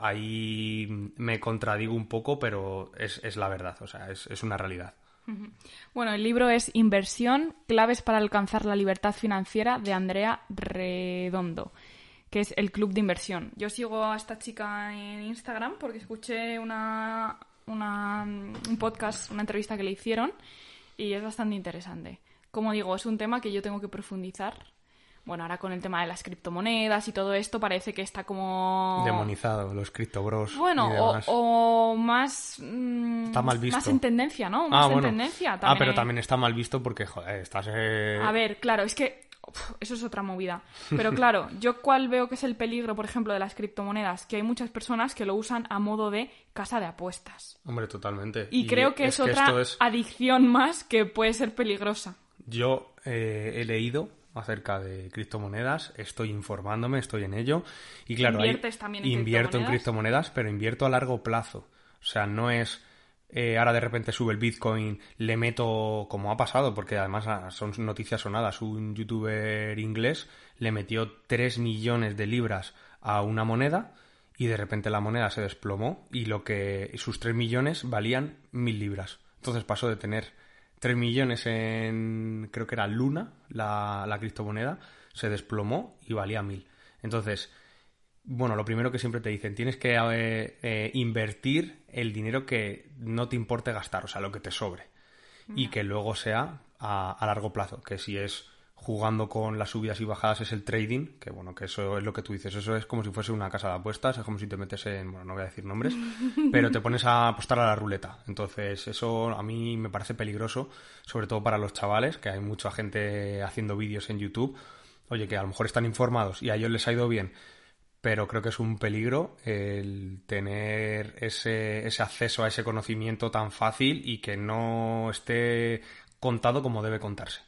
ahí me contradigo un poco, pero es, es la verdad, o sea, es, es una realidad. Bueno, el libro es Inversión, claves para alcanzar la libertad financiera, de Andrea Redondo, que es el club de inversión. Yo sigo a esta chica en Instagram porque escuché una, una, un podcast, una entrevista que le hicieron y es bastante interesante. Como digo, es un tema que yo tengo que profundizar. Bueno, ahora con el tema de las criptomonedas y todo esto parece que está como... Demonizado, los criptobros Bueno, y o, demás. o más... mm, Está mal visto. Más en tendencia, ¿no? Más Ah, en bueno. tendencia. Ah, pero hay- también está mal visto porque, joder, estás... eh, A ver, claro, es que uf, eso es otra movida. Pero claro, yo cuál veo que es el peligro, por ejemplo, de las criptomonedas, que hay muchas personas que lo usan a modo de casa de apuestas. Hombre, totalmente. Y, creo que es, otra esto es... adicción más que puede ser peligrosa. Yo eh, he leído acerca de criptomonedas, estoy informándome, estoy en ello. Y claro, ahí ¿Inviertes también en invierto en criptomonedas? criptomonedas, pero invierto a largo plazo. O sea, no es... eh, ahora de repente sube el Bitcoin, le meto, como ha pasado, porque además ah, son noticias sonadas, un youtuber inglés le metió tres millones de libras a una moneda y de repente la moneda se desplomó y lo que sus tres millones valían mil libras. Entonces pasó de tener tres millones en, creo que era Luna, la, la criptomoneda, se desplomó y valía mil. Entonces, bueno, lo primero que siempre te dicen, tienes que eh, eh, invertir el dinero que no te importe gastar, o sea, lo que te sobre. Y que luego sea a, a largo plazo, que si es jugando con las subidas y bajadas es el trading, que bueno, que eso es lo que tú dices, eso es como si fuese una casa de apuestas, es como si te metes en, bueno, no voy a decir nombres, pero te pones a apostar a la ruleta. Entonces eso a mí me parece peligroso, sobre todo para los chavales, que hay mucha gente haciendo vídeos en YouTube, oye, que a lo mejor están informados y a ellos les ha ido bien, pero creo que es un peligro el tener ese, ese acceso a ese conocimiento tan fácil y que no esté contado como debe contarse.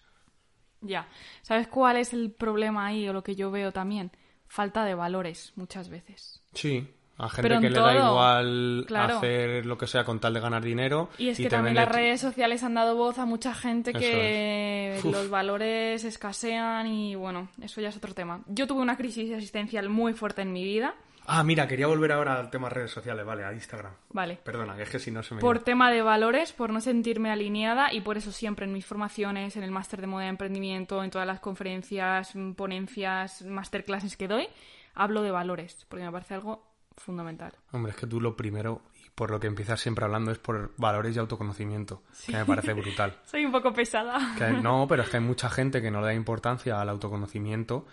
Ya. ¿Sabes cuál es el problema ahí, o lo que yo veo también? Falta de valores, muchas veces. Sí, a gente Pero en que le da todo, igual claro. hacer lo que sea con tal de ganar dinero. Y es que te también vende- las redes sociales han dado voz a mucha gente Eso que es. Uf. los valores escasean y bueno, eso ya es otro tema. Yo tuve una crisis existencial muy fuerte en mi vida. Ah, mira, quería volver ahora al tema de redes sociales, vale, a Instagram. Vale. Perdona, que es que si no se me... Por iba. tema de valores, por no sentirme alineada y por eso siempre en mis formaciones, en el máster de moda y emprendimiento, en todas las conferencias, ponencias, masterclasses que doy, hablo de valores, porque me parece algo fundamental. Hombre, es que tú lo primero, y por lo que empiezas siempre hablando, es por valores y autoconocimiento, que me parece brutal. Soy un poco pesada. Que hay- no, pero es que hay mucha gente que no le da importancia al autoconocimiento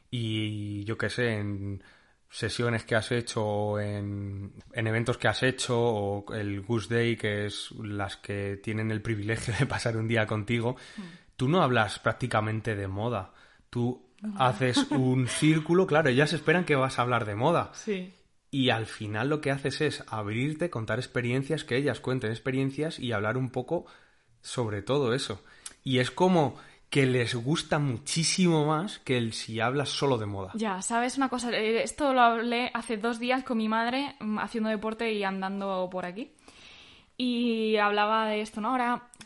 y yo qué sé, en sesiones que has hecho o en, en eventos que has hecho o el Goose Day, que es las que tienen el privilegio de pasar un día contigo, tú no hablas prácticamente de moda. Tú haces un círculo, claro, ellas esperan que vas a hablar de moda. Sí. Y al final lo que haces es abrirte, contar experiencias, que ellas cuenten experiencias y hablar un poco sobre todo eso. Y es como que les gusta muchísimo más que el si hablas solo de moda. Ya, ¿sabes una cosa? Eh, Esto lo hablé hace dos días con mi madre mm, haciendo deporte y andando por aquí. Y hablaba de esto, ¿no? Ahora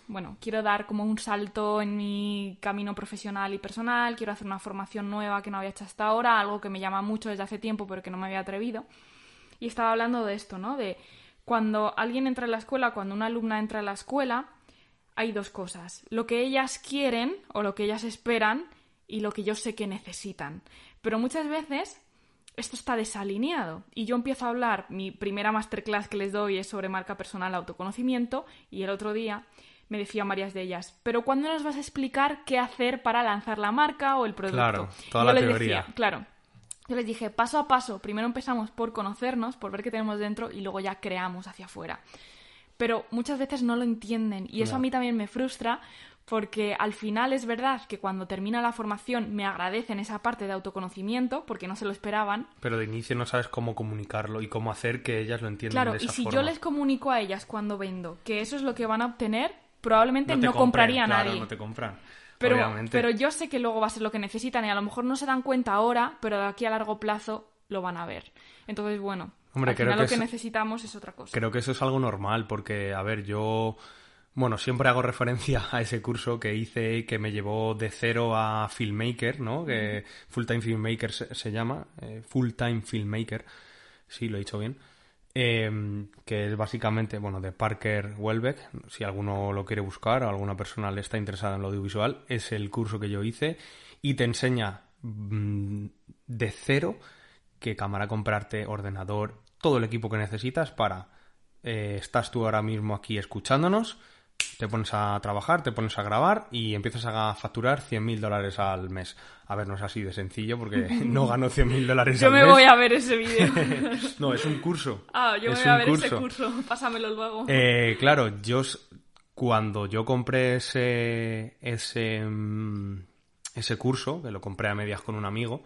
bueno, quiero dar como un salto en mi camino profesional y personal, quiero hacer una formación nueva que no había hecho hasta ahora, algo que me llama mucho desde hace tiempo pero que no me había atrevido. Y estaba hablando de esto, ¿no? De cuando alguien entra en la escuela, cuando una alumna entra en la escuela, hay dos cosas. Lo que ellas quieren o lo que ellas esperan y lo que yo sé que necesitan. Pero muchas veces esto está desalineado y yo empiezo a hablar, mi primera masterclass que les doy es sobre marca personal, autoconocimiento, y el otro día me decían varias de ellas, pero ¿cuándo nos vas a explicar qué hacer para lanzar la marca o el producto? Claro, toda y la yo les teoría. Decía, claro, yo les dije, paso a paso, primero empezamos por conocernos, por ver qué tenemos dentro y luego ya creamos hacia afuera. Pero muchas veces no lo entienden y eso No. a mí también me frustra porque al final es verdad que cuando termina la formación me agradecen esa parte de autoconocimiento porque no se lo esperaban. Pero de inicio no sabes cómo comunicarlo y cómo hacer que ellas lo entiendan Claro, de esa y si forma. yo les comunico a ellas cuando vendo que eso es lo que van a obtener, probablemente no, te no compren, compraría a claro, nadie. no te compran. Pero, Obviamente. pero yo sé que luego va a ser lo que necesitan y a lo mejor no se dan cuenta ahora, pero de aquí a largo plazo lo van a ver. Entonces, bueno, Hombre, al creo final que lo que es- necesitamos es otra cosa. Creo que eso es algo normal, porque, a ver, yo, bueno, siempre hago referencia a ese curso que hice y que me llevó de cero a Filmmaker, ¿no? Que Full Time Filmmaker se, se llama, eh, Full Time Filmmaker, sí, lo he dicho bien, eh, que es básicamente, bueno, de Parker Welbeck, si alguno lo quiere buscar o alguna persona le está interesada en lo audiovisual, es el curso que yo hice y te enseña mm, de cero qué cámara comprarte, ordenador, todo el equipo que necesitas para... eh, estás tú ahora mismo aquí escuchándonos, te pones a trabajar, te pones a grabar y empiezas a facturar cien mil dólares al mes. A ver, no es así de sencillo porque no gano cien mil dólares Yo al me mes. voy a ver ese vídeo. No, es un curso. Ah, yo me Es voy a un ver curso. ese curso. Pásamelo luego. Eh, claro, yo s- cuando yo compré ese, ese, mm, ese curso, que lo compré a medias con un amigo,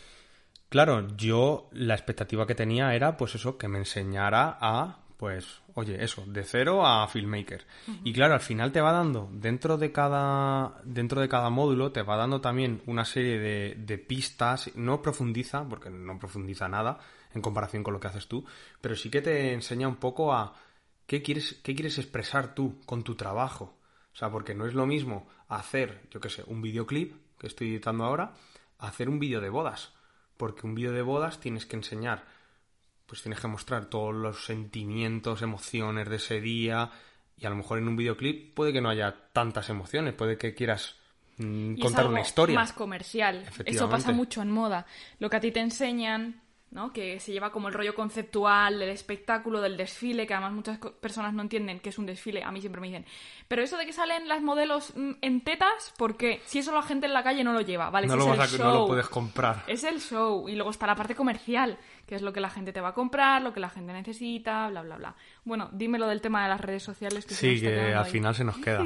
claro, yo la expectativa que tenía era, pues eso, que me enseñara a, pues, oye, eso, de cero a Filmmaker. Uh-huh. Y claro, al final te va dando, dentro de cada, dentro de cada módulo, te va dando también una serie de, de pistas, no profundiza, porque no profundiza nada en comparación con lo que haces tú, pero sí que te enseña un poco a qué quieres, qué quieres expresar tú con tu trabajo. O sea, porque no es lo mismo hacer, yo qué sé, un videoclip, que estoy editando ahora, a hacer un vídeo de bodas. Porque un vídeo de bodas tienes que enseñar, pues tienes que mostrar todos los sentimientos, emociones de ese día, y a lo mejor en un videoclip puede que no haya tantas emociones, puede que quieras mmm, contar una historia. Más comercial. Eso pasa mucho en moda. Lo que a ti te enseñan, ¿no? Que se lleva como el rollo conceptual del espectáculo, del desfile, que además muchas personas no entienden qué es un desfile. A mí siempre me dicen, pero eso de que salen las modelos en tetas, ¿por qué? Si eso la gente en la calle no lo lleva, ¿vale? No, Ese lo, es vas el a, show. no lo puedes comprar. Es el show. Y luego está la parte comercial, que es lo que la gente te va a comprar, lo que la gente necesita, bla, bla, bla. Bueno, dímelo del tema de las redes sociales. Que sí, se que al ahí. final se nos queda.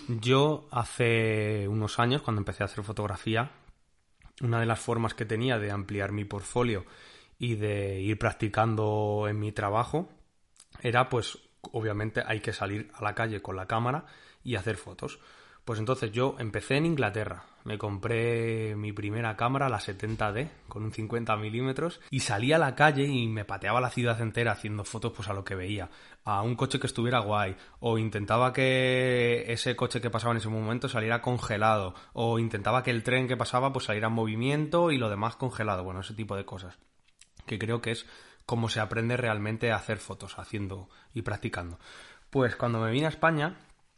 Yo hace unos años, cuando empecé a hacer fotografía, una de las formas que tenía de ampliar mi portfolio y de ir practicando en mi trabajo era, pues, obviamente hay que salir a la calle con la cámara y hacer fotos. Pues entonces yo empecé en Inglaterra, me compré mi primera cámara, la setenta D, con un cincuenta milímetros, y salí a la calle y me pateaba la ciudad entera haciendo fotos pues a lo que veía, a un coche que estuviera guay, o intentaba que ese coche que pasaba en ese momento saliera congelado, o intentaba que el tren que pasaba pues saliera en movimiento y lo demás congelado, bueno, ese tipo de cosas, que creo que es como se aprende realmente a hacer fotos, haciendo y practicando. Pues cuando me vine a España,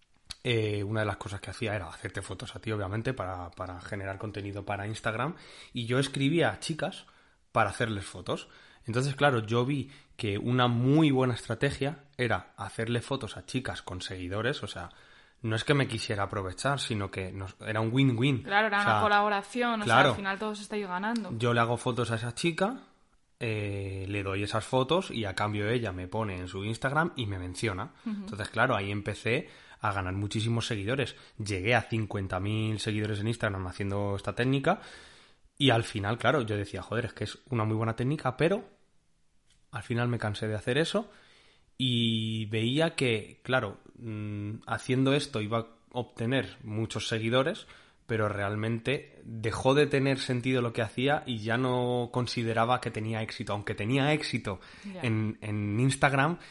eh, una de las cosas que hacía era hacerte fotos a ti, obviamente, para, para generar contenido para Instagram, y yo escribía a chicas para hacerles fotos. Entonces, claro, yo vi que una muy buena estrategia era hacerle fotos a chicas con seguidores, o sea, no es que me quisiera aprovechar, sino que nos, era un win-win. Claro, era o sea, una colaboración, claro, o sea, al final todos estáis ganando. Yo le hago fotos a esa chica, eh, le doy esas fotos y a cambio ella me pone en su Instagram y me menciona. Uh-huh. Entonces, claro, ahí empecé a ganar muchísimos seguidores. Llegué a cincuenta mil seguidores en Instagram haciendo esta técnica y al final, claro, yo decía, joder, es que es una muy buena técnica, pero al final me cansé de hacer eso y veía que, claro, mmm, haciendo esto iba a obtener muchos seguidores, pero realmente dejó de tener sentido lo que hacía y ya no consideraba que tenía éxito. Aunque tenía éxito yeah. en, en Instagram,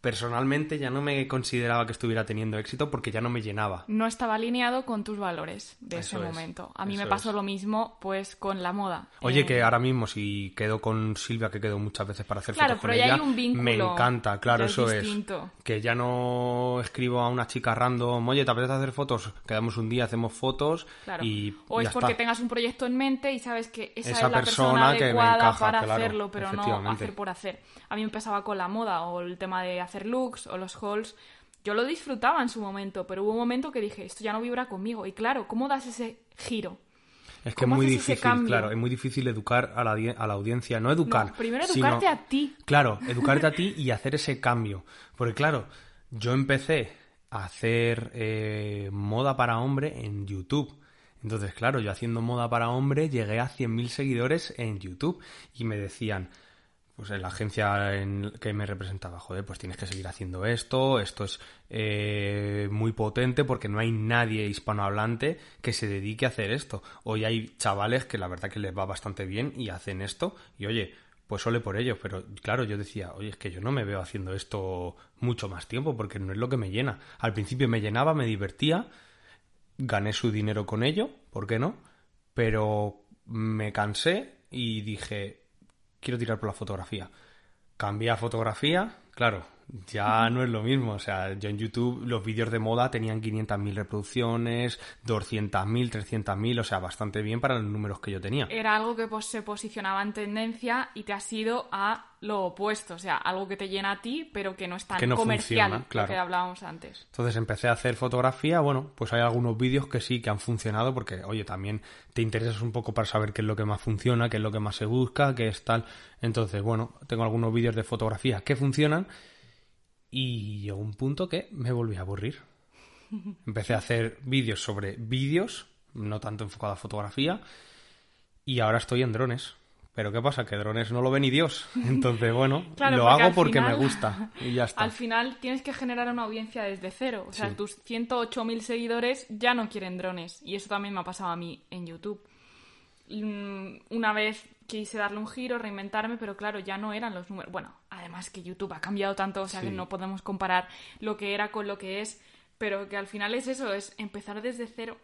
personalmente ya no me consideraba que estuviera teniendo éxito porque ya no me llenaba. No estaba alineado con tus valores de Eso ese es, momento. A mí eso me pasó es. lo mismo pues con la moda. Oye, Eh, que ahora mismo si quedo con Silvia, que quedo muchas veces para hacer Claro, fotos con pero ya ella, hay un vínculo, me encanta, claro, ya es eso es. distinto. Que ya no escribo a una chica random, oye, ¿te apetece hacer fotos? Quedamos un día, hacemos fotos Claro. y O es ya porque está. tengas un proyecto en mente y sabes que esa, Esa es la persona persona que me adecuada encaja, para claro, hacerlo, pero no efectivamente. hacer por hacer. A mí me pasaba con la moda o el tema de hacer looks o los hauls. Yo lo disfrutaba en su momento, pero hubo un momento que dije, esto ya no vibra conmigo. Y claro, ¿cómo das ese giro? Es que es ¿Cómo muy haces ese difícil, cambio? claro, es muy difícil educar a la, die- a la audiencia, no educar, No, primero sino- educarte a ti. Claro, educarte a ti y hacer ese cambio. Porque claro, yo empecé a hacer eh, moda para hombre en YouTube. Entonces, claro, yo haciendo moda para hombre llegué a cien mil seguidores en YouTube y me decían, pues en la agencia en que me representaba, joder, pues tienes que seguir haciendo esto, esto es eh, muy potente porque no hay nadie hispanohablante que se dedique a hacer esto. Hoy hay chavales que la verdad que les va bastante bien y hacen esto y oye, pues ole por ello, pero claro, yo decía, oye, es que yo no me veo haciendo esto mucho más tiempo porque no es lo que me llena. Al principio me llenaba, me divertía, gané su dinero con ello, ¿por qué no? Pero me cansé y dije, quiero tirar por la fotografía. Cambié a fotografía, claro, ya no es lo mismo. O sea, yo en YouTube los vídeos de moda tenían quinientas mil reproducciones, doscientas mil, trescientas mil, o sea, bastante bien para los números que yo tenía. Era algo que pues, se posicionaba en tendencia y te has ido a lo opuesto. O sea, algo que te llena a ti, pero que no es tan Que no comercial, funciona, claro. lo que hablábamos antes. Entonces empecé a hacer fotografía, bueno, pues hay algunos vídeos que sí que han funcionado porque, oye, también te interesas un poco para saber qué es lo que más funciona, qué es lo que más se busca, qué es tal. Entonces, bueno, tengo algunos vídeos de fotografía que funcionan y llegó un punto que me volví a aburrir. Empecé a hacer vídeos sobre vídeos, no tanto enfocado a fotografía, y ahora estoy en drones. Pero ¿qué pasa? Que drones no lo ve ni Dios. Entonces, bueno, Claro, lo porque hago al porque final- me gusta y ya está. Al final tienes que generar una audiencia desde cero. O sea, Sí. tus ciento ocho mil seguidores ya no quieren drones. Y eso también me ha pasado a mí en YouTube. Mm, Una vez quise darle un giro, reinventarme, pero claro, ya no eran los números. Bueno, además que YouTube ha cambiado tanto, o sea Sí. que no podemos comparar lo que era con lo que es. Pero que al final es eso, es empezar desde cero.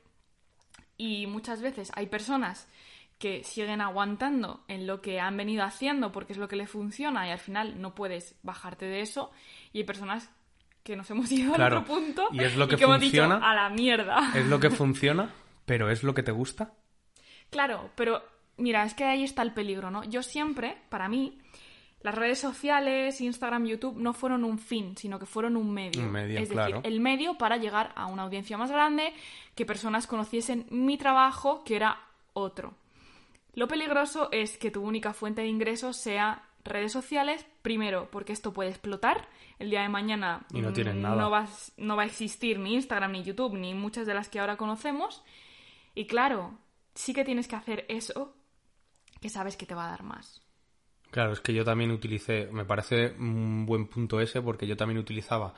Y muchas veces hay personas que siguen aguantando en lo que han venido haciendo porque es lo que les funciona y al final no puedes bajarte de eso. Y hay personas que nos hemos ido Claro, al otro punto y es lo que que hemos dicho, funciona. a la mierda. Es lo que funciona, pero ¿es lo que te gusta? Claro, pero mira, es que ahí está el peligro, ¿no? Yo siempre, para mí, las redes sociales, Instagram, YouTube, no fueron un fin, sino que fueron un medio. Un medio, es claro. decir, el medio para llegar a una audiencia más grande, que personas conociesen mi trabajo, que era otro. Lo peligroso es que tu única fuente de ingresos sea redes sociales, primero porque esto puede explotar, el día de mañana Y no tienes mm, nada. no va, a- no va a existir ni Instagram, ni YouTube, ni muchas de las que ahora conocemos, y claro, sí que tienes que hacer eso que sabes que te va a dar más. Claro, es que yo también utilicé, me parece un buen punto ese, porque yo también utilizaba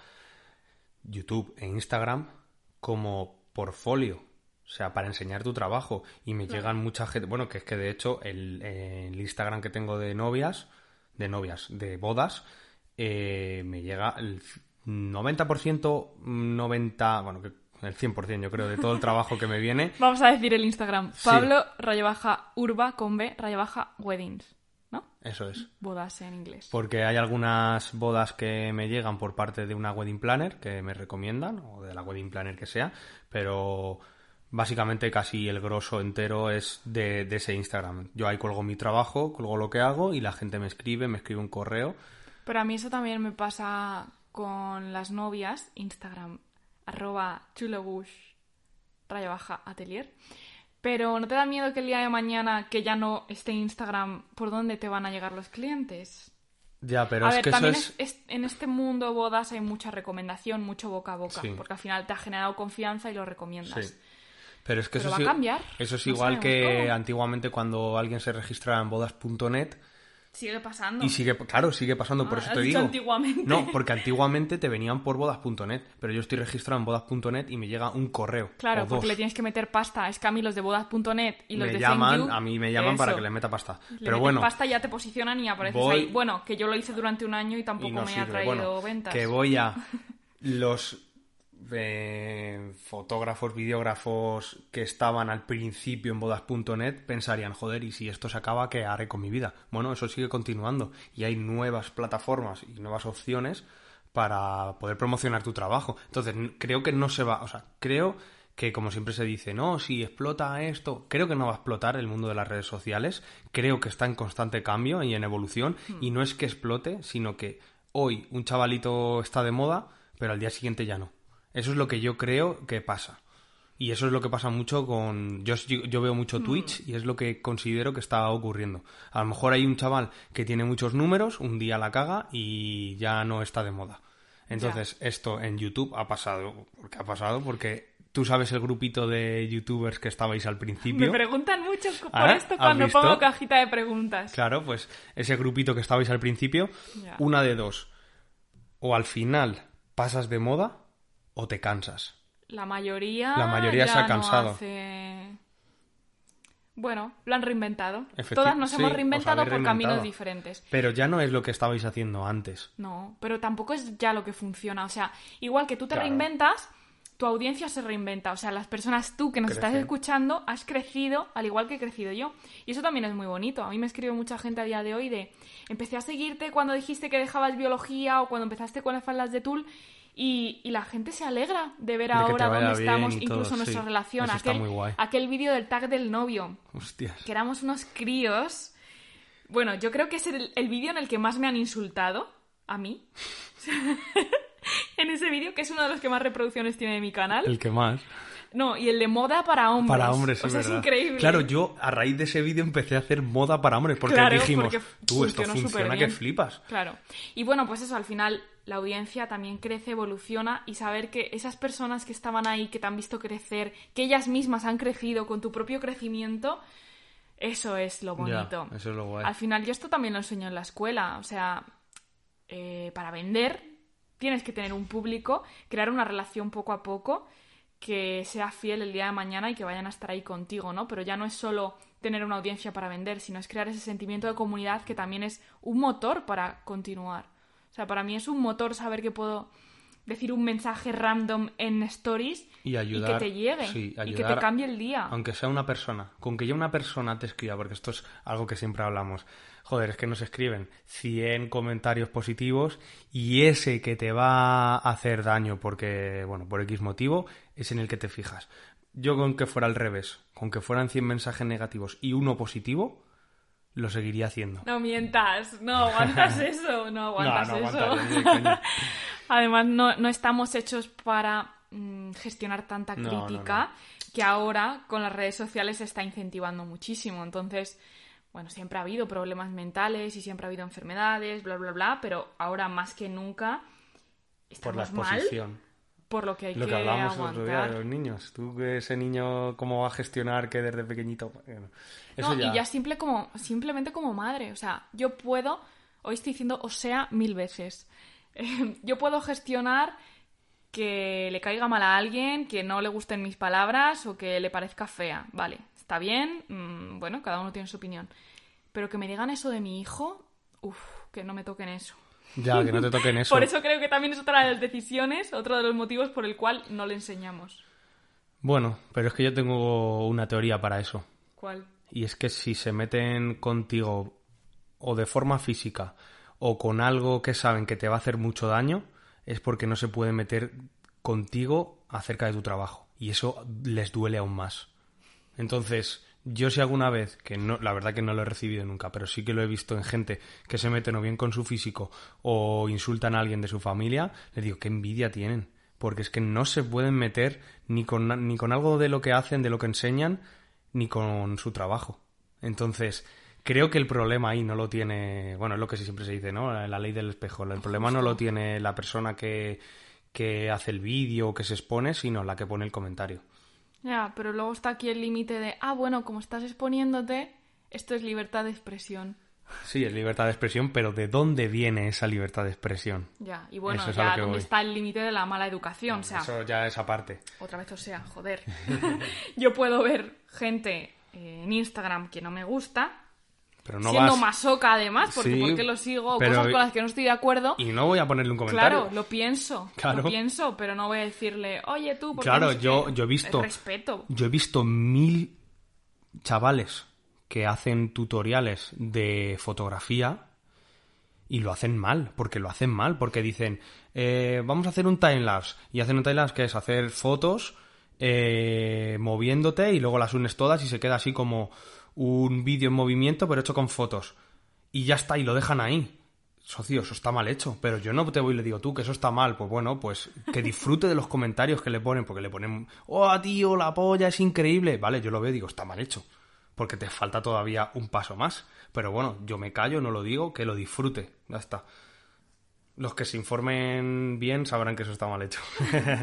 YouTube e Instagram como portfolio, o sea, para enseñar tu trabajo. Y me Claro. llegan mucha gente, bueno, que es que de hecho el, el Instagram que tengo de novias, de novias, de bodas, eh, me llega el noventa por ciento, noventa, bueno, que el cien por ciento yo creo, de todo el trabajo que me viene. Vamos a decir el Instagram, Sí. Pablo raya baja urba con B raya baja weddings, ¿no? Eso es. Bodas en inglés. Porque hay algunas bodas que me llegan por parte de una wedding planner que me recomiendan, o de la wedding planner que sea, pero básicamente casi el grosso entero es de, de ese Instagram. Yo ahí colgo mi trabajo, colgo lo que hago y la gente me escribe, me escribe un correo. Pero a mí eso también me pasa con las novias, Instagram, arroba chulogush, raya baja atelier. Pero ¿no te da miedo que el día de mañana, que ya no esté Instagram, por dónde te van a llegar los clientes? Ya, pero a es ver, que eso también es... es- es- en este mundo bodas hay mucha recomendación, mucho boca a boca, Sí. porque al final te ha generado confianza y lo recomiendas. Sí. Pero es que Pero eso va es, a cambiar. Eso es No igual sabemos que cómo. antiguamente cuando alguien se registraba en bodas punto net, Sigue pasando. Y sigue, claro, sigue pasando, por Ah, eso has te dicho digo. antiguamente. No, porque antiguamente te venían por bodas punto net, pero yo estoy registrado en bodas punto net y me llega un correo. Claro, o porque dos. le tienes que meter pasta. Es que a mí los de bodas punto net y los me de llaman, Thank You, a mí me llaman para eso. que les meta pasta. Le Pero metes bueno, pasta y ya te posicionan y apareces voy- ahí. Bueno, que yo lo hice durante un año y tampoco y no me sirve. ha traído Bueno, ventas. que voy a los eh, fotógrafos, videógrafos que estaban al principio en bodas punto net pensarían, joder, y si esto se acaba, ¿qué haré con mi vida? Bueno, eso sigue continuando y hay nuevas plataformas y nuevas opciones para poder promocionar tu trabajo. Entonces, n- creo que no se va, o sea, creo que como siempre se dice, no, si explota esto, creo que no va a explotar el mundo de las redes sociales, creo que está en constante cambio y en evolución, y no es que explote, sino que hoy un chavalito está de moda, pero al día siguiente ya no. Eso es lo que yo creo que pasa. Y eso es lo que pasa mucho con... Yo, yo veo mucho Twitch y es lo que considero que está ocurriendo. A lo mejor hay un chaval que tiene muchos números, un día la caga y ya no está de moda. Entonces, esto en YouTube ha pasado. ¿Por qué ha pasado? Porque tú sabes el grupito de youtubers que estabais al principio. Me preguntan mucho por ¿Ah? esto ¿Has cuando visto? pongo cajita de preguntas. Claro, pues ese grupito que estabais al principio, Ya. una de dos. O al final pasas de moda o te cansas. La mayoría, La mayoría ya se ha no cansado. hace... Bueno, lo han reinventado. Efecti- Todas nos sí, hemos os reinventado habéis por reinventado. caminos diferentes. Pero ya no es lo que estabais haciendo antes. No, pero tampoco es ya lo que funciona. O sea, igual que tú te Claro. reinventas, tu audiencia se reinventa. O sea, las personas, tú que nos estás Crecen. escuchando, has crecido al igual que he crecido yo. Y eso también es muy bonito. A mí me escribe mucha gente a día de hoy de... Empecé a seguirte cuando dijiste que dejabas biología o cuando empezaste con las faldas de tul... Y, y la gente se alegra de ver De que te ahora vaya dónde bien estamos, y incluso todo, nuestra sí. relación. Eso está aquel muy guay. aquel vídeo del tag del novio, Hostias. que éramos unos críos. Bueno, yo creo que es el, el vídeo en el que más me han insultado, a mí. En ese vídeo, que es uno de los que más reproducciones tiene de mi canal. El que más. No, y el de moda para hombres. Para hombres, o es sea, verdad. es increíble. Claro, yo a raíz de ese vídeo empecé a hacer moda para hombres. Porque Claro, dijimos, porque tú, esto funcionó funciona superbién. que flipas. Claro. Y bueno, pues eso, al final la audiencia también crece, evoluciona, y saber que esas personas que estaban ahí, que te han visto crecer, que ellas mismas han crecido con tu propio crecimiento, eso es lo bonito. Ya, eso es lo guay. Al final yo esto también lo enseño en la escuela, o sea, eh, para vender tienes que tener un público, crear una relación poco a poco que sea fiel el día de mañana y que vayan a estar ahí contigo, ¿no? Pero ya no es solo tener una audiencia para vender, sino es crear ese sentimiento de comunidad que también es un motor para continuar. O sea, para mí es un motor saber que puedo decir un mensaje random en stories Y ayudar, y que te llegue sí, y que ayudar, te cambie el día. Aunque sea una persona, con que ya una persona te escriba, porque esto es algo que siempre hablamos. Joder, es que nos escriben cien comentarios positivos y ese que te va a hacer daño porque, bueno, por X motivo, es en el que te fijas. Yo con que fuera al revés, con que fueran cien mensajes negativos y uno positivo, lo seguiría haciendo. No mientas, no aguantas eso, no aguantas no, no eso. aguantaría, ni de coña. Además, no, no estamos hechos para mm, gestionar tanta No, no, crítica no. que ahora con las redes sociales se está incentivando muchísimo. Entonces, bueno, siempre ha habido problemas mentales y siempre ha habido enfermedades, bla, bla, bla, pero ahora más que nunca Por la estamos mal exposición. por lo que hay Lo que que hablábamos el otro día de aguantar. los niños. Tú, que ese niño, ¿cómo va a gestionar que desde pequeñito? Bueno, eso No, ya... y ya simple como, simplemente como madre. O sea, yo puedo, hoy estoy diciendo o sea mil veces, eh, yo puedo gestionar que le caiga mal a alguien, que no le gusten mis palabras o que le parezca fea. Vale, está bien, mmm, bueno, cada uno tiene su opinión. Pero que me digan eso de mi hijo, uff, que no me toquen eso. Ya, que no te toquen eso. Por eso creo que también es otra de las decisiones, otro de los motivos por el cual no le enseñamos. Bueno, pero es que yo tengo una teoría para eso. ¿Cuál? Y es que si se meten contigo o de forma física o con algo que saben que te va a hacer mucho daño, es porque no se pueden meter contigo acerca de tu trabajo. Y eso les duele aún más. Entonces, yo si alguna vez, que no, la verdad que no lo he recibido nunca, pero sí que lo he visto en gente que se meten o bien con su físico o insultan a alguien de su familia, les digo, qué envidia tienen. Porque es que no se pueden meter ni con, ni con algo de lo que hacen, de lo que enseñan, ni con su trabajo. Entonces, creo que el problema ahí no lo tiene... Bueno, es lo que siempre se dice, ¿no? La ley del espejo. El problema no lo tiene la persona que, que hace el vídeo o que se expone, sino la que pone el comentario. Ya, pero luego está aquí el límite de, ah, bueno, como estás exponiéndote, esto es libertad de expresión. Sí, es libertad de expresión, pero ¿de dónde viene esa libertad de expresión? Ya, y bueno, Eso es ya a lo que dónde voy. está el límite de la mala educación, o sea... Eso ya es aparte. Otra vez, o sea, joder. Yo puedo ver gente eh, en Instagram que no me gusta, Pero no siendo vas... masoca además, porque Sí, porque lo sigo, pero- cosas con las que no estoy de acuerdo. Y no voy a ponerle un comentario. Claro, lo pienso, Claro. lo pienso, pero no voy a decirle, oye tú, ¿por qué Claro, no sé yo, qué? yo he visto... Es respeto. Yo he visto mil chavales que hacen tutoriales de fotografía y lo hacen mal, porque lo hacen mal, porque dicen, eh, vamos a hacer un timelapse, y hacen un timelapse que es hacer fotos eh, moviéndote y luego las unes todas y se queda así como un vídeo en movimiento pero hecho con fotos. Y ya está, y lo dejan ahí. Socio, eso está mal hecho, pero yo no te voy y le digo tú que eso está mal. Pues bueno, pues que disfrute de los comentarios que le ponen, porque le ponen, oh tío, la polla es increíble. Vale, yo lo veo y digo, está mal hecho, porque te falta todavía un paso más. Pero bueno, yo me callo, no lo digo, que lo disfrute, ya está. Los que se informen bien sabrán que eso está mal hecho.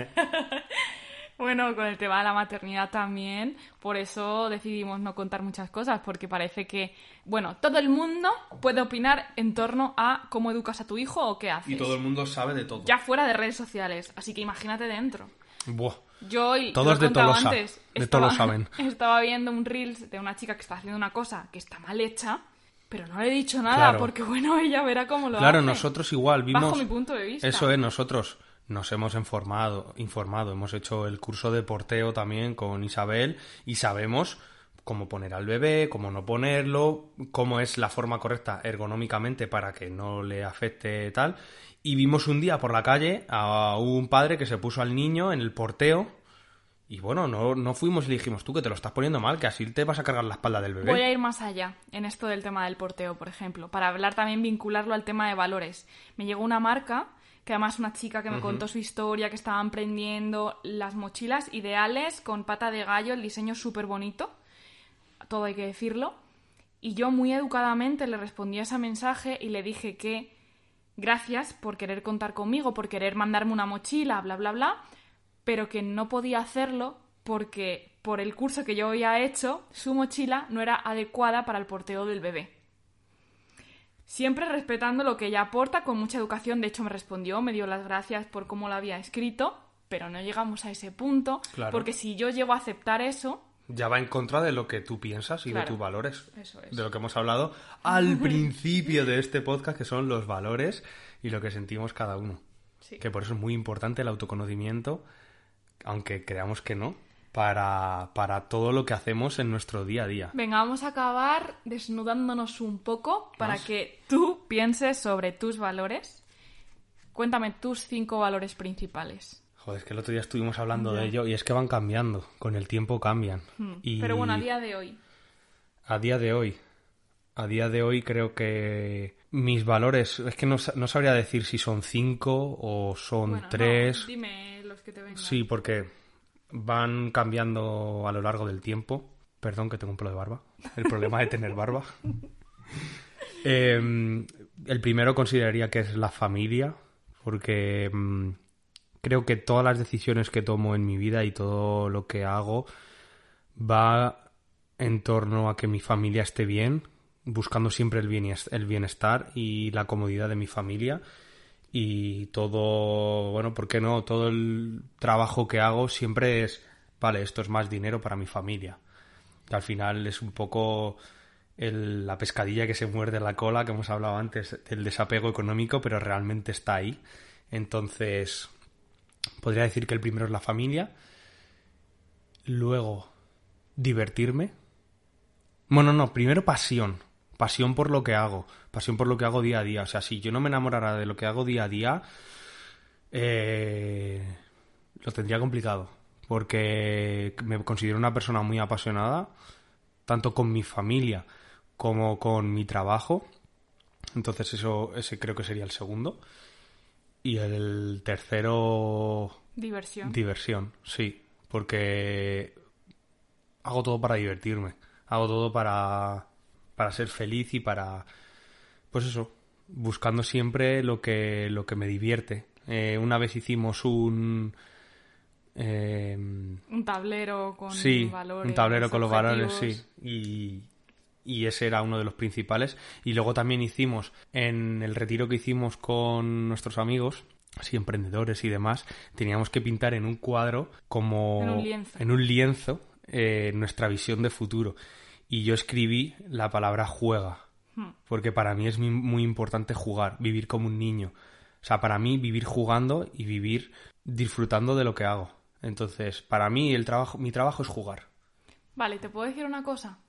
Bueno, con el tema de la maternidad también, por eso decidimos no contar muchas cosas, porque parece que, bueno, todo el mundo puede opinar en torno a cómo educas a tu hijo o qué haces. Y todo el mundo sabe de todo. Ya fuera de redes sociales, así que imagínate dentro. Buah. Yo, y Todos te lo he de contado Tolosa. antes, De estaba, Tolosa saben. estaba viendo un Reels de una chica que está haciendo una cosa que está mal hecha, pero no le he dicho nada, Claro. porque bueno, ella verá cómo lo Claro, hace. nosotros igual vimos... Bajo mi punto de vista. Eso es, nosotros nos hemos informado, informado, hemos hecho el curso de porteo también con Isabel y sabemos cómo poner al bebé, cómo no ponerlo, cómo es la forma correcta ergonómicamente para que no le afecte tal. Y vimos un día por la calle a un padre que se puso al niño en el porteo y bueno, no, no fuimos y le dijimos, tú que te lo estás poniendo mal, que así te vas a cargar la espalda del bebé. Voy a ir más allá en esto del tema del porteo, por ejemplo, para hablar también, vincularlo al tema de valores. Me llegó una marca, que además una chica que me uh-huh. contó su historia, que estaba emprendiendo las mochilas ideales con pata de gallo, el diseño súper bonito, todo hay que decirlo. Y yo muy educadamente le respondí a ese mensaje y le dije que gracias por querer contar conmigo, por querer mandarme una mochila, bla, bla, bla, pero que no podía hacerlo porque por el curso que yo había hecho, su mochila no era adecuada para el porteo del bebé. Siempre respetando lo que ella aporta, con mucha educación. De hecho, me respondió, me dio las gracias por cómo lo había escrito, pero no llegamos a ese punto, claro. Porque si yo llego a aceptar eso... Ya va en contra de lo que tú piensas y claro, de tus valores. Eso es. De lo que hemos hablado al principio de este podcast, que son los valores y lo que sentimos cada uno. Sí. Que por eso es muy importante el autoconocimiento, aunque creamos que no, para, para todo lo que hacemos en nuestro día a día. Venga, vamos a acabar desnudándonos un poco para ¿Más? que tú pienses sobre tus valores. Cuéntame tus cinco valores principales. Joder, es que el otro día estuvimos hablando Ya. de ello y es que van cambiando, con el tiempo cambian. Hmm. Y Pero bueno, a día de hoy. A día de hoy, a día de hoy creo que mis valores, es que no, no sabría decir si son cinco o son Bueno, tres. no, dime los que te vengan. Sí, porque van cambiando a lo largo del tiempo. Perdón que tengo un pelo de barba. El problema de tener barba. Eh, el primero consideraría que es la familia, porque mm, creo que todas las decisiones que tomo en mi vida y todo lo que hago va en torno a que mi familia esté bien, buscando siempre el bienestar y la comodidad de mi familia. Y todo, bueno, ¿por qué no? Todo el trabajo que hago siempre es, vale, esto es más dinero para mi familia. Que al final es un poco el, la pescadilla que se muerde la cola, que hemos hablado antes, del desapego económico, pero realmente está ahí. Entonces, podría decir que el primero es la familia. Luego, divertirme. Bueno, no, primero pasión. Pasión por lo que hago, pasión por lo que hago día a día. O sea, si yo no me enamorara de lo que hago día a día, eh, lo tendría complicado. Porque me considero una persona muy apasionada, tanto con mi familia como con mi trabajo. Entonces eso, ese creo que sería el segundo. Y el tercero... Diversión. Diversión, sí. Porque hago todo para divertirme. Hago todo para... para ser feliz y para, pues eso, buscando siempre lo que, lo que me divierte. Eh, una vez hicimos un... Eh, un tablero con sí, valores. un tablero con los valores, objetivos. sí. Y, y ese era uno de los principales. Y luego también hicimos, en el retiro que hicimos con nuestros amigos, así emprendedores y demás, teníamos que pintar en un cuadro como... En un lienzo. En un lienzo eh, nuestra visión de futuro. Y yo escribí la palabra juega, hmm. porque para mí es muy, muy importante jugar, vivir como un niño. O sea, para mí vivir jugando y vivir disfrutando de lo que hago. Entonces, para mí el trabajo, mi trabajo es jugar. Vale, ¿te puedo decir una cosa?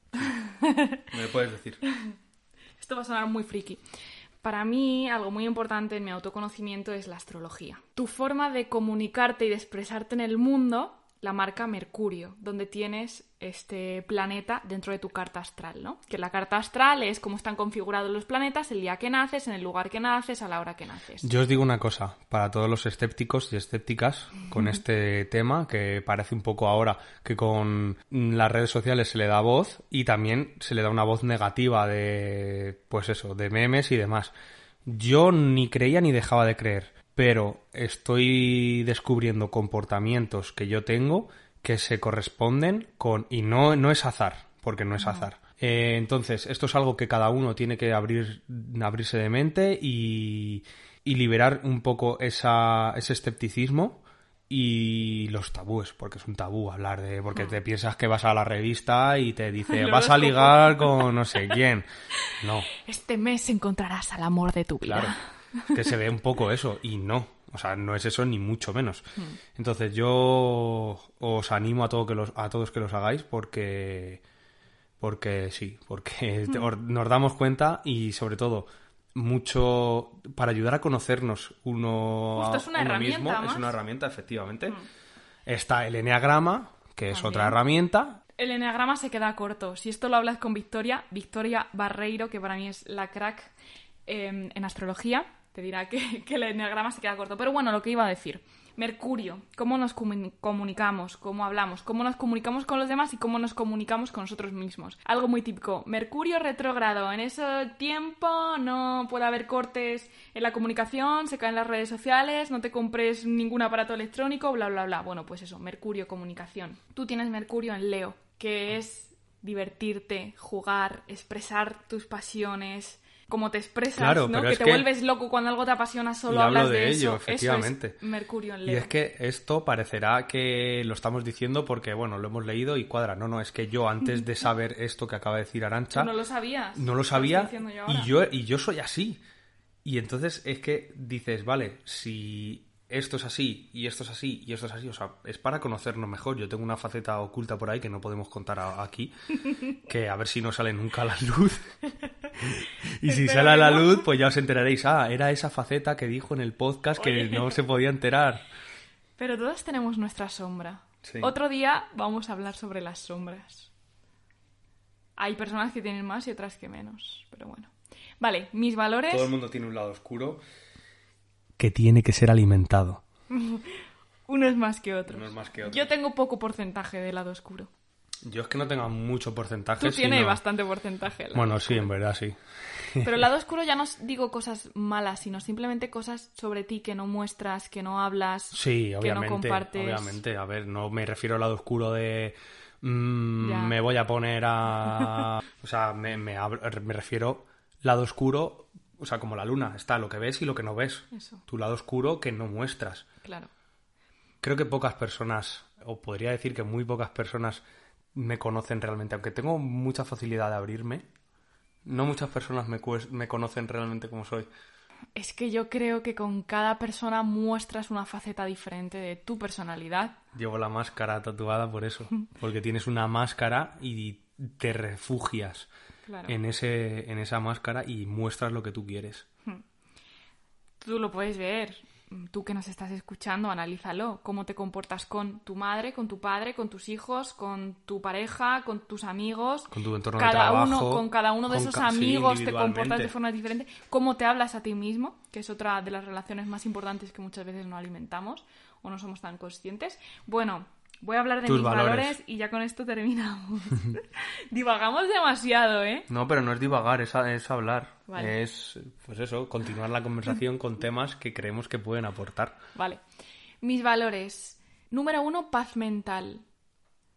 ¿Me lo puedes decir? Esto va a sonar muy friki. Para mí, algo muy importante en mi autoconocimiento es la astrología. Tu forma de comunicarte y de expresarte en el mundo la marca Mercurio, donde tienes este planeta dentro de tu carta astral, ¿no? Que la carta astral es cómo están configurados los planetas el día que naces, en el lugar que naces, a la hora que naces. Yo os digo una cosa, para todos los escépticos y escépticas con este tema, que parece un poco ahora que con las redes sociales se le da voz y también se le da una voz negativa de, pues eso, de memes y demás. Yo ni creía ni dejaba de creer, pero estoy descubriendo comportamientos que yo tengo que se corresponden con... Y no, no es azar, porque no es No. azar. Eh, entonces, esto es algo que cada uno tiene que abrir, abrirse de mente y, y liberar un poco esa, ese escepticismo y los tabúes, porque es un tabú hablar de... Porque no. te piensas que vas a la revista y te dice, Lo vas a descubro. ligar con no sé quién. No. Este mes encontrarás al amor de tu vida. Claro. Que se ve un poco eso, y no. O sea, no es eso ni mucho menos. Hmm. Entonces yo os animo a, todo que los, a todos que los hagáis porque... Porque sí, porque hmm. nos damos cuenta y sobre todo mucho para ayudar a conocernos uno Justo a es una uno herramienta mismo. más. Es una herramienta, efectivamente. Hmm. Está el eneagrama, que es También. otra herramienta. El eneagrama se queda corto. Si esto lo hablas con Victoria, Victoria Barreiro, que para mí es la crack eh, en astrología, te dirá que, que el eneagrama se queda corto. Pero bueno, lo que iba a decir. Mercurio, cómo nos comuni- comunicamos, cómo hablamos, cómo nos comunicamos con los demás y cómo nos comunicamos con nosotros mismos. Algo muy típico. Mercurio retrógrado. En ese tiempo no puede haber cortes en la comunicación, se caen las redes sociales, no te compres ningún aparato electrónico, bla, bla, bla. Bueno, pues eso, Mercurio, comunicación. Tú tienes Mercurio en Leo, que es divertirte, jugar, expresar tus pasiones... Como te expresas, claro, ¿no? pero Que es te que... vuelves loco cuando algo te apasiona, solo y hablas hablo de, de ello, eso. efectivamente. Eso es Mercurio en Leo. Y es que esto parecerá que lo estamos diciendo porque, bueno, lo hemos leído y cuadra. No, no, es que yo antes de saber esto que acaba de decir Arantxa... ¿Tú no lo sabías? No lo sabía lo yo y, yo, y yo soy así. Y entonces es que dices, vale, si esto es así y esto es así y esto es así, o sea, es para conocernos mejor. Yo tengo una faceta oculta por ahí que no podemos contar a, aquí, que a ver si no sale nunca a la luz. Y si sale a la luz, pues ya os enteraréis. Ah, era esa faceta que dijo en el podcast que Oye. no se podía enterar. Pero todos tenemos nuestra sombra. Sí. Otro día vamos a hablar sobre las sombras. Hay personas que tienen más y otras que menos, pero bueno. Vale, mis valores... Todo el mundo tiene un lado oscuro que tiene que ser alimentado. Uno es más que otro. Uno es más que otro. Yo tengo poco porcentaje de lado oscuro. Yo es que no tengo mucho porcentaje. Tú tienes sino... bastante porcentaje. de lado Bueno, oscuro. sí, en verdad, sí. Pero el lado oscuro ya no digo cosas malas, sino simplemente cosas sobre ti que no muestras, que no hablas, Sí, obviamente, que no compartes. obviamente. A ver, no me refiero al lado oscuro de... mmm, Ya. me voy a poner a... O sea, me, me, hablo- me refiero lado oscuro, o sea, como la luna. Está lo que ves y lo que no ves. Eso, Tu lado oscuro que no muestras. claro. Creo que pocas personas, o podría decir que muy pocas personas me conocen realmente. Aunque tengo mucha facilidad de abrirme, no muchas personas me, cues- me conocen realmente como soy. Es que yo creo que con cada persona muestras una faceta diferente de tu personalidad. Llevo la máscara tatuada por eso. Porque tienes una máscara y te refugias Claro. en ese en esa máscara y muestras lo que tú quieres. Tú lo puedes ver. Tú que nos estás escuchando, analízalo. Cómo te comportas con tu madre, con tu padre, con tus hijos, con tu pareja, con tus amigos. Con tu entorno cada de trabajo. Uno, con cada uno de con esos ca- sí, amigos te comportas individualmente. de forma diferente. Cómo te hablas a ti mismo, que es otra de las relaciones más importantes que muchas veces no alimentamos o no somos tan conscientes. Bueno, voy a hablar de Tus mis valores. valores y ya con esto terminamos. Divagamos demasiado, ¿eh? No, pero no es divagar, es, a- es hablar. Vale. Es, pues eso, continuar la conversación con temas que creemos que pueden aportar. Vale. Mis valores. Número uno, paz mental.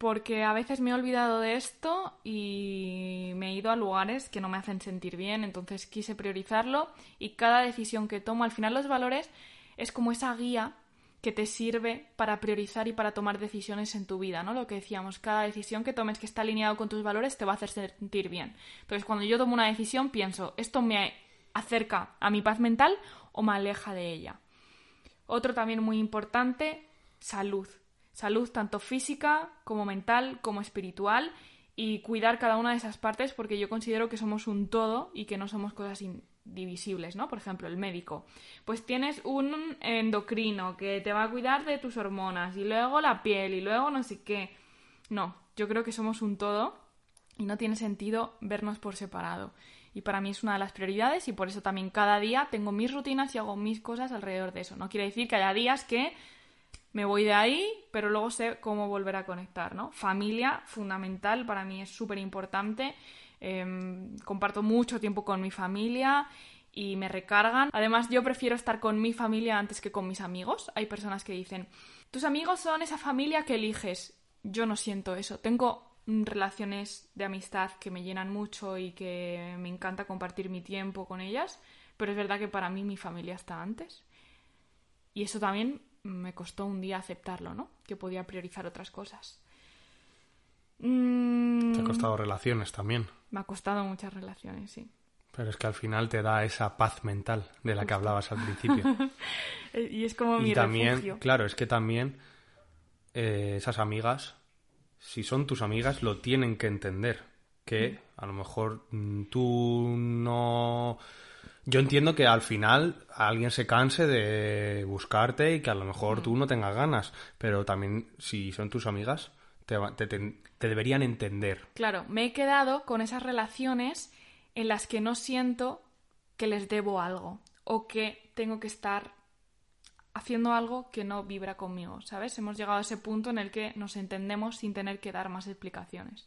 porque a veces me he olvidado de esto y me he ido a lugares que no me hacen sentir bien, entonces quise priorizarlo y cada decisión que tomo, al final los valores es como esa guía que te sirve para priorizar y para tomar decisiones en tu vida, ¿no? Lo que decíamos, cada decisión que tomes que está alineado con tus valores te va a hacer sentir bien. Entonces, cuando yo tomo una decisión, pienso, ¿esto me acerca a mi paz mental o me aleja de ella? Otro también muy importante, salud. Salud tanto física como mental como espiritual y cuidar cada una de esas partes porque yo considero que somos un todo y que no somos cosas indivisibles, ¿no? Por ejemplo, el médico. Pues tienes un endocrino que te va a cuidar de tus hormonas y luego la piel y luego no sé qué. No, yo creo que somos un todo y no tiene sentido vernos por separado. Y para mí es una de las prioridades y por eso también cada día tengo mis rutinas y hago mis cosas alrededor de eso. No quiere decir que haya días que me voy de ahí, pero luego sé cómo volver a conectar, ¿no? Familia, fundamental, para mí es súper importante. Eh, comparto mucho tiempo con mi familia y me recargan. Además, yo prefiero estar con mi familia antes que con mis amigos. Hay personas que dicen, tus amigos son esa familia que eliges. Yo no siento eso. Tengo relaciones de amistad que me llenan mucho y que me encanta compartir mi tiempo con ellas, pero es verdad que para mí mi familia está antes. Y eso también me costó un día aceptarlo, ¿no? Que podía priorizar otras cosas. Mm... Te ha costado relaciones también. Me ha costado muchas relaciones, sí. Pero es que al final te da esa paz mental de la Justo. Que hablabas al principio. Y es como mi y también, refugio. Claro, es que también eh, esas amigas, si son tus amigas, lo tienen que entender. Que a lo mejor tú no... Yo entiendo que al final alguien se canse de buscarte y que a lo mejor mm. tú no tengas ganas, pero también si son tus amigas te, te, te, te deberían entender. Claro, me he quedado con esas relaciones en las que no siento que les debo algo o que tengo que estar haciendo algo que no vibra conmigo, ¿sabes? Hemos llegado a ese punto en el que nos entendemos sin tener que dar más explicaciones.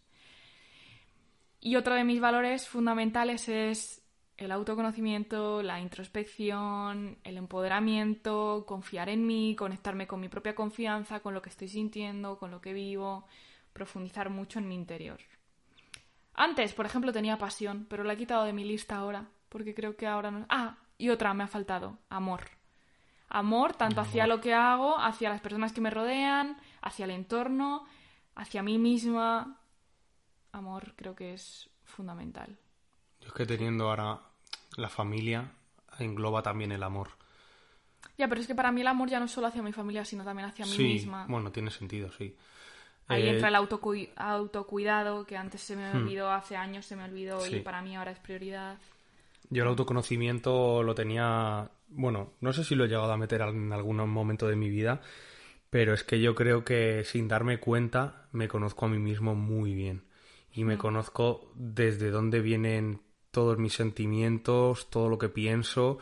Y otro de mis valores fundamentales es el autoconocimiento, la introspección, el empoderamiento, confiar en mí, conectarme con mi propia confianza, con lo que estoy sintiendo, con lo que vivo, profundizar mucho en mi interior. Antes, por ejemplo, tenía pasión, pero la he quitado de mi lista ahora, porque creo que ahora no... Ah, y otra me ha faltado, amor. Amor tanto amor. Hacia lo que hago, hacia las personas que me rodean, hacia el entorno, hacia mí misma. Amor creo que es fundamental. Yo es que teniendo ahora la familia, engloba también el amor. Ya, pero es que para mí el amor ya no es solo hacia mi familia, sino también hacia mí sí, misma. Bueno, tiene sentido, sí. Ahí eh... entra el autocu- autocuidado, que antes se me olvidó, hmm. hace años se me olvidó sí. y para mí ahora es prioridad. Yo el autoconocimiento lo tenía... Bueno, no sé si lo he llegado a meter en algún momento de mi vida, pero es que yo creo que sin darme cuenta me conozco a mí mismo muy bien. Y me hmm. conozco desde dónde vienen todos mis sentimientos, todo lo que pienso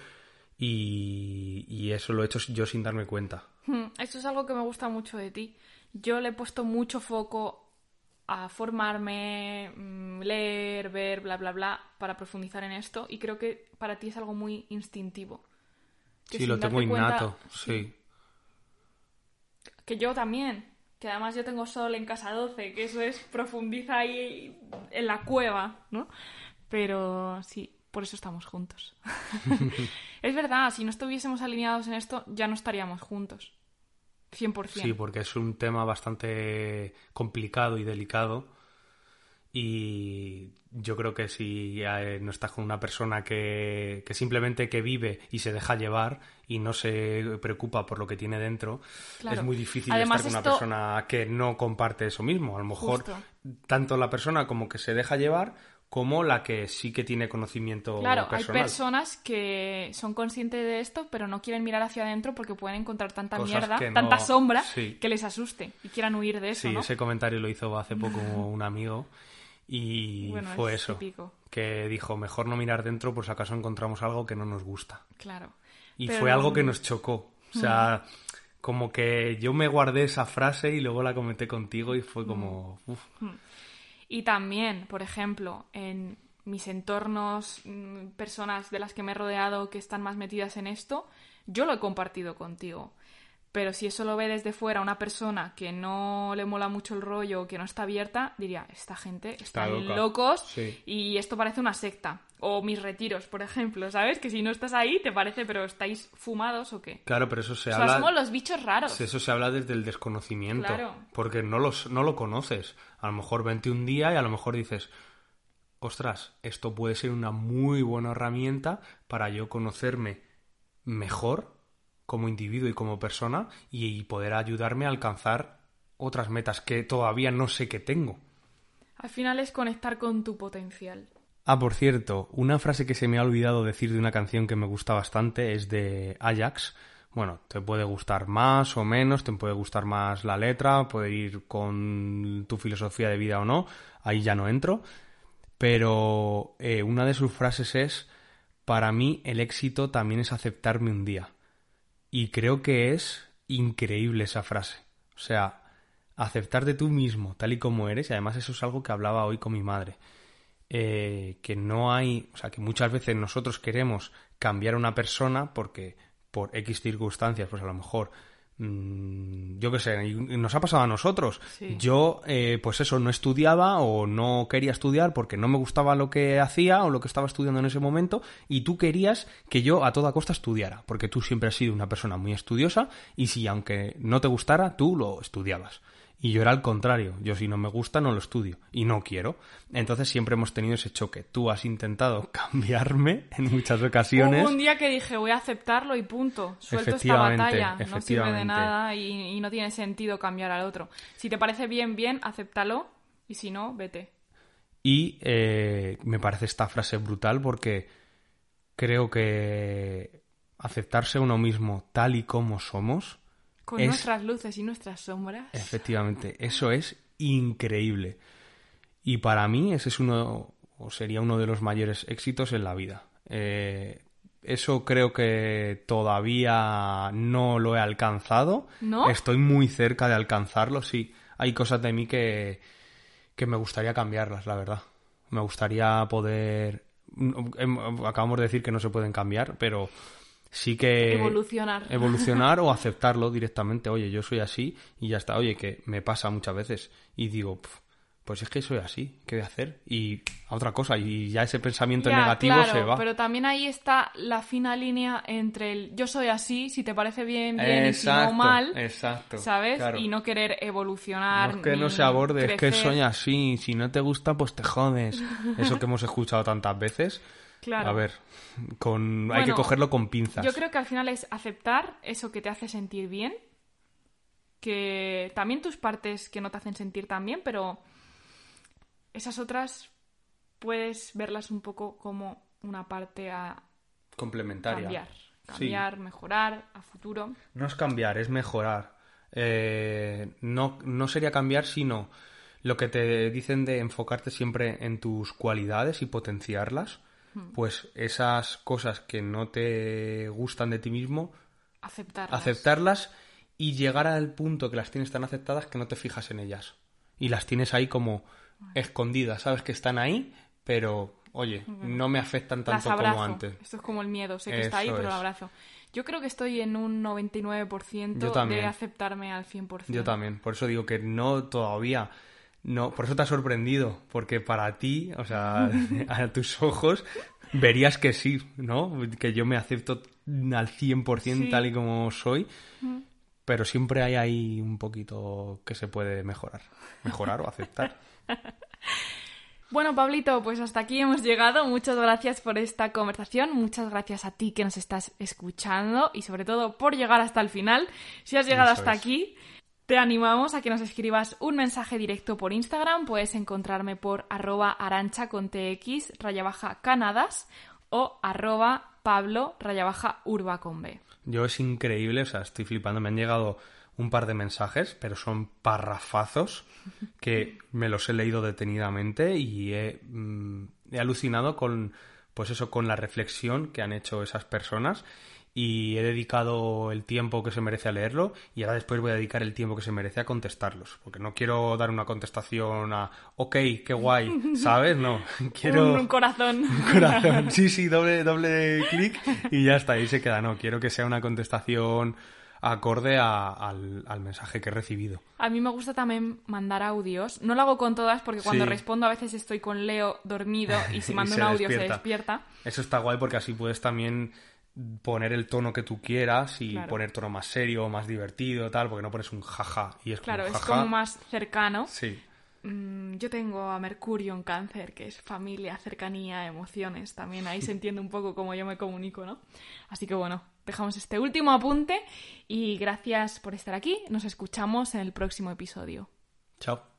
y, y eso lo he hecho yo sin darme cuenta. Esto es algo que me gusta mucho de ti. Yo le he puesto mucho foco a formarme, leer, ver, bla, bla, bla, para profundizar en esto y creo que para ti es algo muy instintivo. Que sí, lo tengo innato, cuenta, sí. Que yo también, que además yo tengo sol en casa doce, que eso es profundiza ahí en la cueva, ¿no? Pero sí, por eso estamos juntos. Es verdad, si no estuviésemos alineados en esto, ya no estaríamos juntos. cien por ciento. Sí, porque es un tema bastante complicado y delicado. Y yo creo que si no estás con una persona que, que simplemente que vive y se deja llevar y no se preocupa por lo que tiene dentro, claro. Es muy difícil Además, estar con esto... una persona que no comparte eso mismo. A lo mejor Justo. Tanto la persona como que se deja llevar como la que sí que tiene conocimiento claro, personal. Claro, hay personas que son conscientes de esto, pero no quieren mirar hacia adentro porque pueden encontrar tanta Cosas mierda, no... tanta sombra, sí. que les asuste y quieran huir de eso, Sí, ¿no? ese comentario lo hizo hace poco un amigo y bueno, fue es eso, típico. Que dijo, mejor no mirar dentro por si acaso encontramos algo que no nos gusta. Claro. Y pero... fue algo que nos chocó. O sea, mm. como que yo me guardé esa frase y luego la comenté contigo y fue como... Mm. Uf. Y también, por ejemplo, en... mis entornos, personas de las que me he rodeado que están más metidas en esto, yo lo he compartido contigo. Pero si eso lo ve desde fuera una persona que no le mola mucho el rollo, que no está abierta, diría, esta gente Está están loca. locos Sí. y esto parece una secta. O mis retiros, por ejemplo, ¿sabes? Que si no estás ahí te parece, pero ¿estáis fumados o qué? Claro, pero eso se O sea, habla... somos los bichos raros. Eso se habla desde el desconocimiento. Claro. Porque no, los, no lo conoces. A lo mejor vente un día y a lo mejor dices, ostras, esto puede ser una muy buena herramienta para yo conocerme mejor como individuo y como persona y poder ayudarme a alcanzar otras metas que todavía no sé que tengo. Al final es conectar con tu potencial. Ah, por cierto, una frase que se me ha olvidado decir de una canción que me gusta bastante es de Ajax. Bueno, te puede gustar más o menos, te puede gustar más la letra, puede ir con tu filosofía de vida o no, ahí ya no entro. Pero eh, una de sus frases es, para mí el éxito también es aceptarme un día. Y creo que es increíble esa frase. O sea, aceptarte tú mismo, tal y como eres, y además eso es algo que hablaba hoy con mi madre. Eh, que no hay, o sea, que muchas veces nosotros queremos cambiar a una persona porque por X circunstancias, pues a lo mejor, mmm, yo qué sé, y nos ha pasado a nosotros. Sí. Yo, eh, pues eso, no estudiaba o no quería estudiar porque no me gustaba lo que hacía o lo que estaba estudiando en ese momento y tú querías que yo a toda costa estudiara, porque tú siempre has sido una persona muy estudiosa y si aunque no te gustara, tú lo estudiabas. Y yo era al contrario, yo si no me gusta no lo estudio y no quiero. Entonces siempre hemos tenido ese choque. Tú has intentado cambiarme en muchas ocasiones. Hubo un día que dije, voy a aceptarlo y punto. Suelto esta Efectivamente, batalla, no sirve de efectivamente. nada y, y no tiene sentido cambiar al otro. Si te parece bien, bien, acéptalo y si no, vete. Y eh, me parece esta frase brutal porque creo que aceptarse a uno mismo tal y como somos... Con es... nuestras luces y nuestras sombras. Efectivamente, eso es increíble. Y para mí ese es uno, o sería uno de los mayores éxitos en la vida. Eh, eso creo que todavía no lo he alcanzado. ¿No? Estoy muy cerca de alcanzarlo, sí. Hay cosas de mí que, que me gustaría cambiarlas, la verdad. Me gustaría poder... Acabamos de decir que no se pueden cambiar, pero... sí que... Evolucionar. Evolucionar o aceptarlo directamente. Oye, yo soy así y ya está. Oye, que me pasa muchas veces. Y digo, pues es que soy así. ¿Qué voy a hacer? Y a otra cosa. Y ya ese pensamiento Ya, negativo claro, se va. pero también ahí está la fina línea entre el yo soy así, si te parece bien, bien, Exacto, y si no, mal. exacto, ¿Sabes? claro. Y no querer evolucionar. No es que ni no se aborde, crecer. es que soy así. Si no te gusta, pues te jodes. Eso que hemos escuchado tantas veces. Claro. A ver, con... Bueno, hay que cogerlo con pinzas. Yo creo que al final es aceptar eso que te hace sentir bien, que también tus partes que no te hacen sentir tan bien, pero esas otras puedes verlas un poco como una parte a Complementaria. cambiar. Cambiar, Sí. mejorar a futuro. No es cambiar, es mejorar. Eh, no, no sería cambiar, sino lo que te dicen de enfocarte siempre en tus cualidades y potenciarlas. Pues esas cosas que no te gustan de ti mismo, Aceptarlas. aceptarlas y llegar al punto que las tienes tan aceptadas que no te fijas en ellas. Y las tienes ahí como escondidas, sabes que están ahí, pero oye, no me afectan Las tanto abrazo. como antes. Esto es como el miedo, sé que Eso está ahí, pero es. lo abrazo. Yo creo que estoy en un noventa y nueve por ciento Yo también. de aceptarme al cien por ciento. Yo también, por eso digo que no todavía, no, por eso te ha sorprendido, porque para ti, o sea, a tus ojos, verías que sí, ¿no? Que yo me acepto al cien por ciento Sí. tal y como soy, pero siempre hay ahí un poquito que se puede mejorar, mejorar o aceptar. Bueno, Pablito, pues hasta aquí hemos llegado. Muchas gracias por esta conversación. Muchas gracias a ti que nos estás escuchando y sobre todo por llegar hasta el final. Si has llegado Eso hasta es. aquí, te animamos a que nos escribas un mensaje directo por Instagram. Puedes encontrarme por arroba arancha con tx raya baja canadas o arroba pablo raya baja urba con b. Yo es increíble, o sea, estoy flipando, me han llegado un par de mensajes, pero son parrafazos que me los he leído detenidamente y he, mm, he alucinado con, pues eso, con la reflexión que han hecho esas personas y he dedicado el tiempo que se merece a leerlo y ahora después voy a dedicar el tiempo que se merece a contestarlos, porque no quiero dar una contestación a ok, qué guay, ¿sabes? No, quiero... Un, un corazón. Un corazón, sí, sí, doble, doble clic y ya está, ahí se queda. No, quiero que sea una contestación acorde a, al, al mensaje que he recibido. A mí me gusta también mandar audios. No lo hago con todas porque cuando Sí. respondo a veces estoy con Leo dormido y si Y mando se un audio despierta. se despierta. Eso está guay porque así puedes también poner el tono que tú quieras y Claro. poner tono más serio, más divertido, tal, porque no pones un jaja y es como Claro, es jaja. como más cercano. Sí. Mm, Yo tengo a Mercurio en Cáncer, que es familia, cercanía, emociones. También ahí se entiende un poco cómo yo me comunico, ¿no? Así que bueno, dejamos este último apunte y gracias por estar aquí. Nos escuchamos en el próximo episodio. Chao.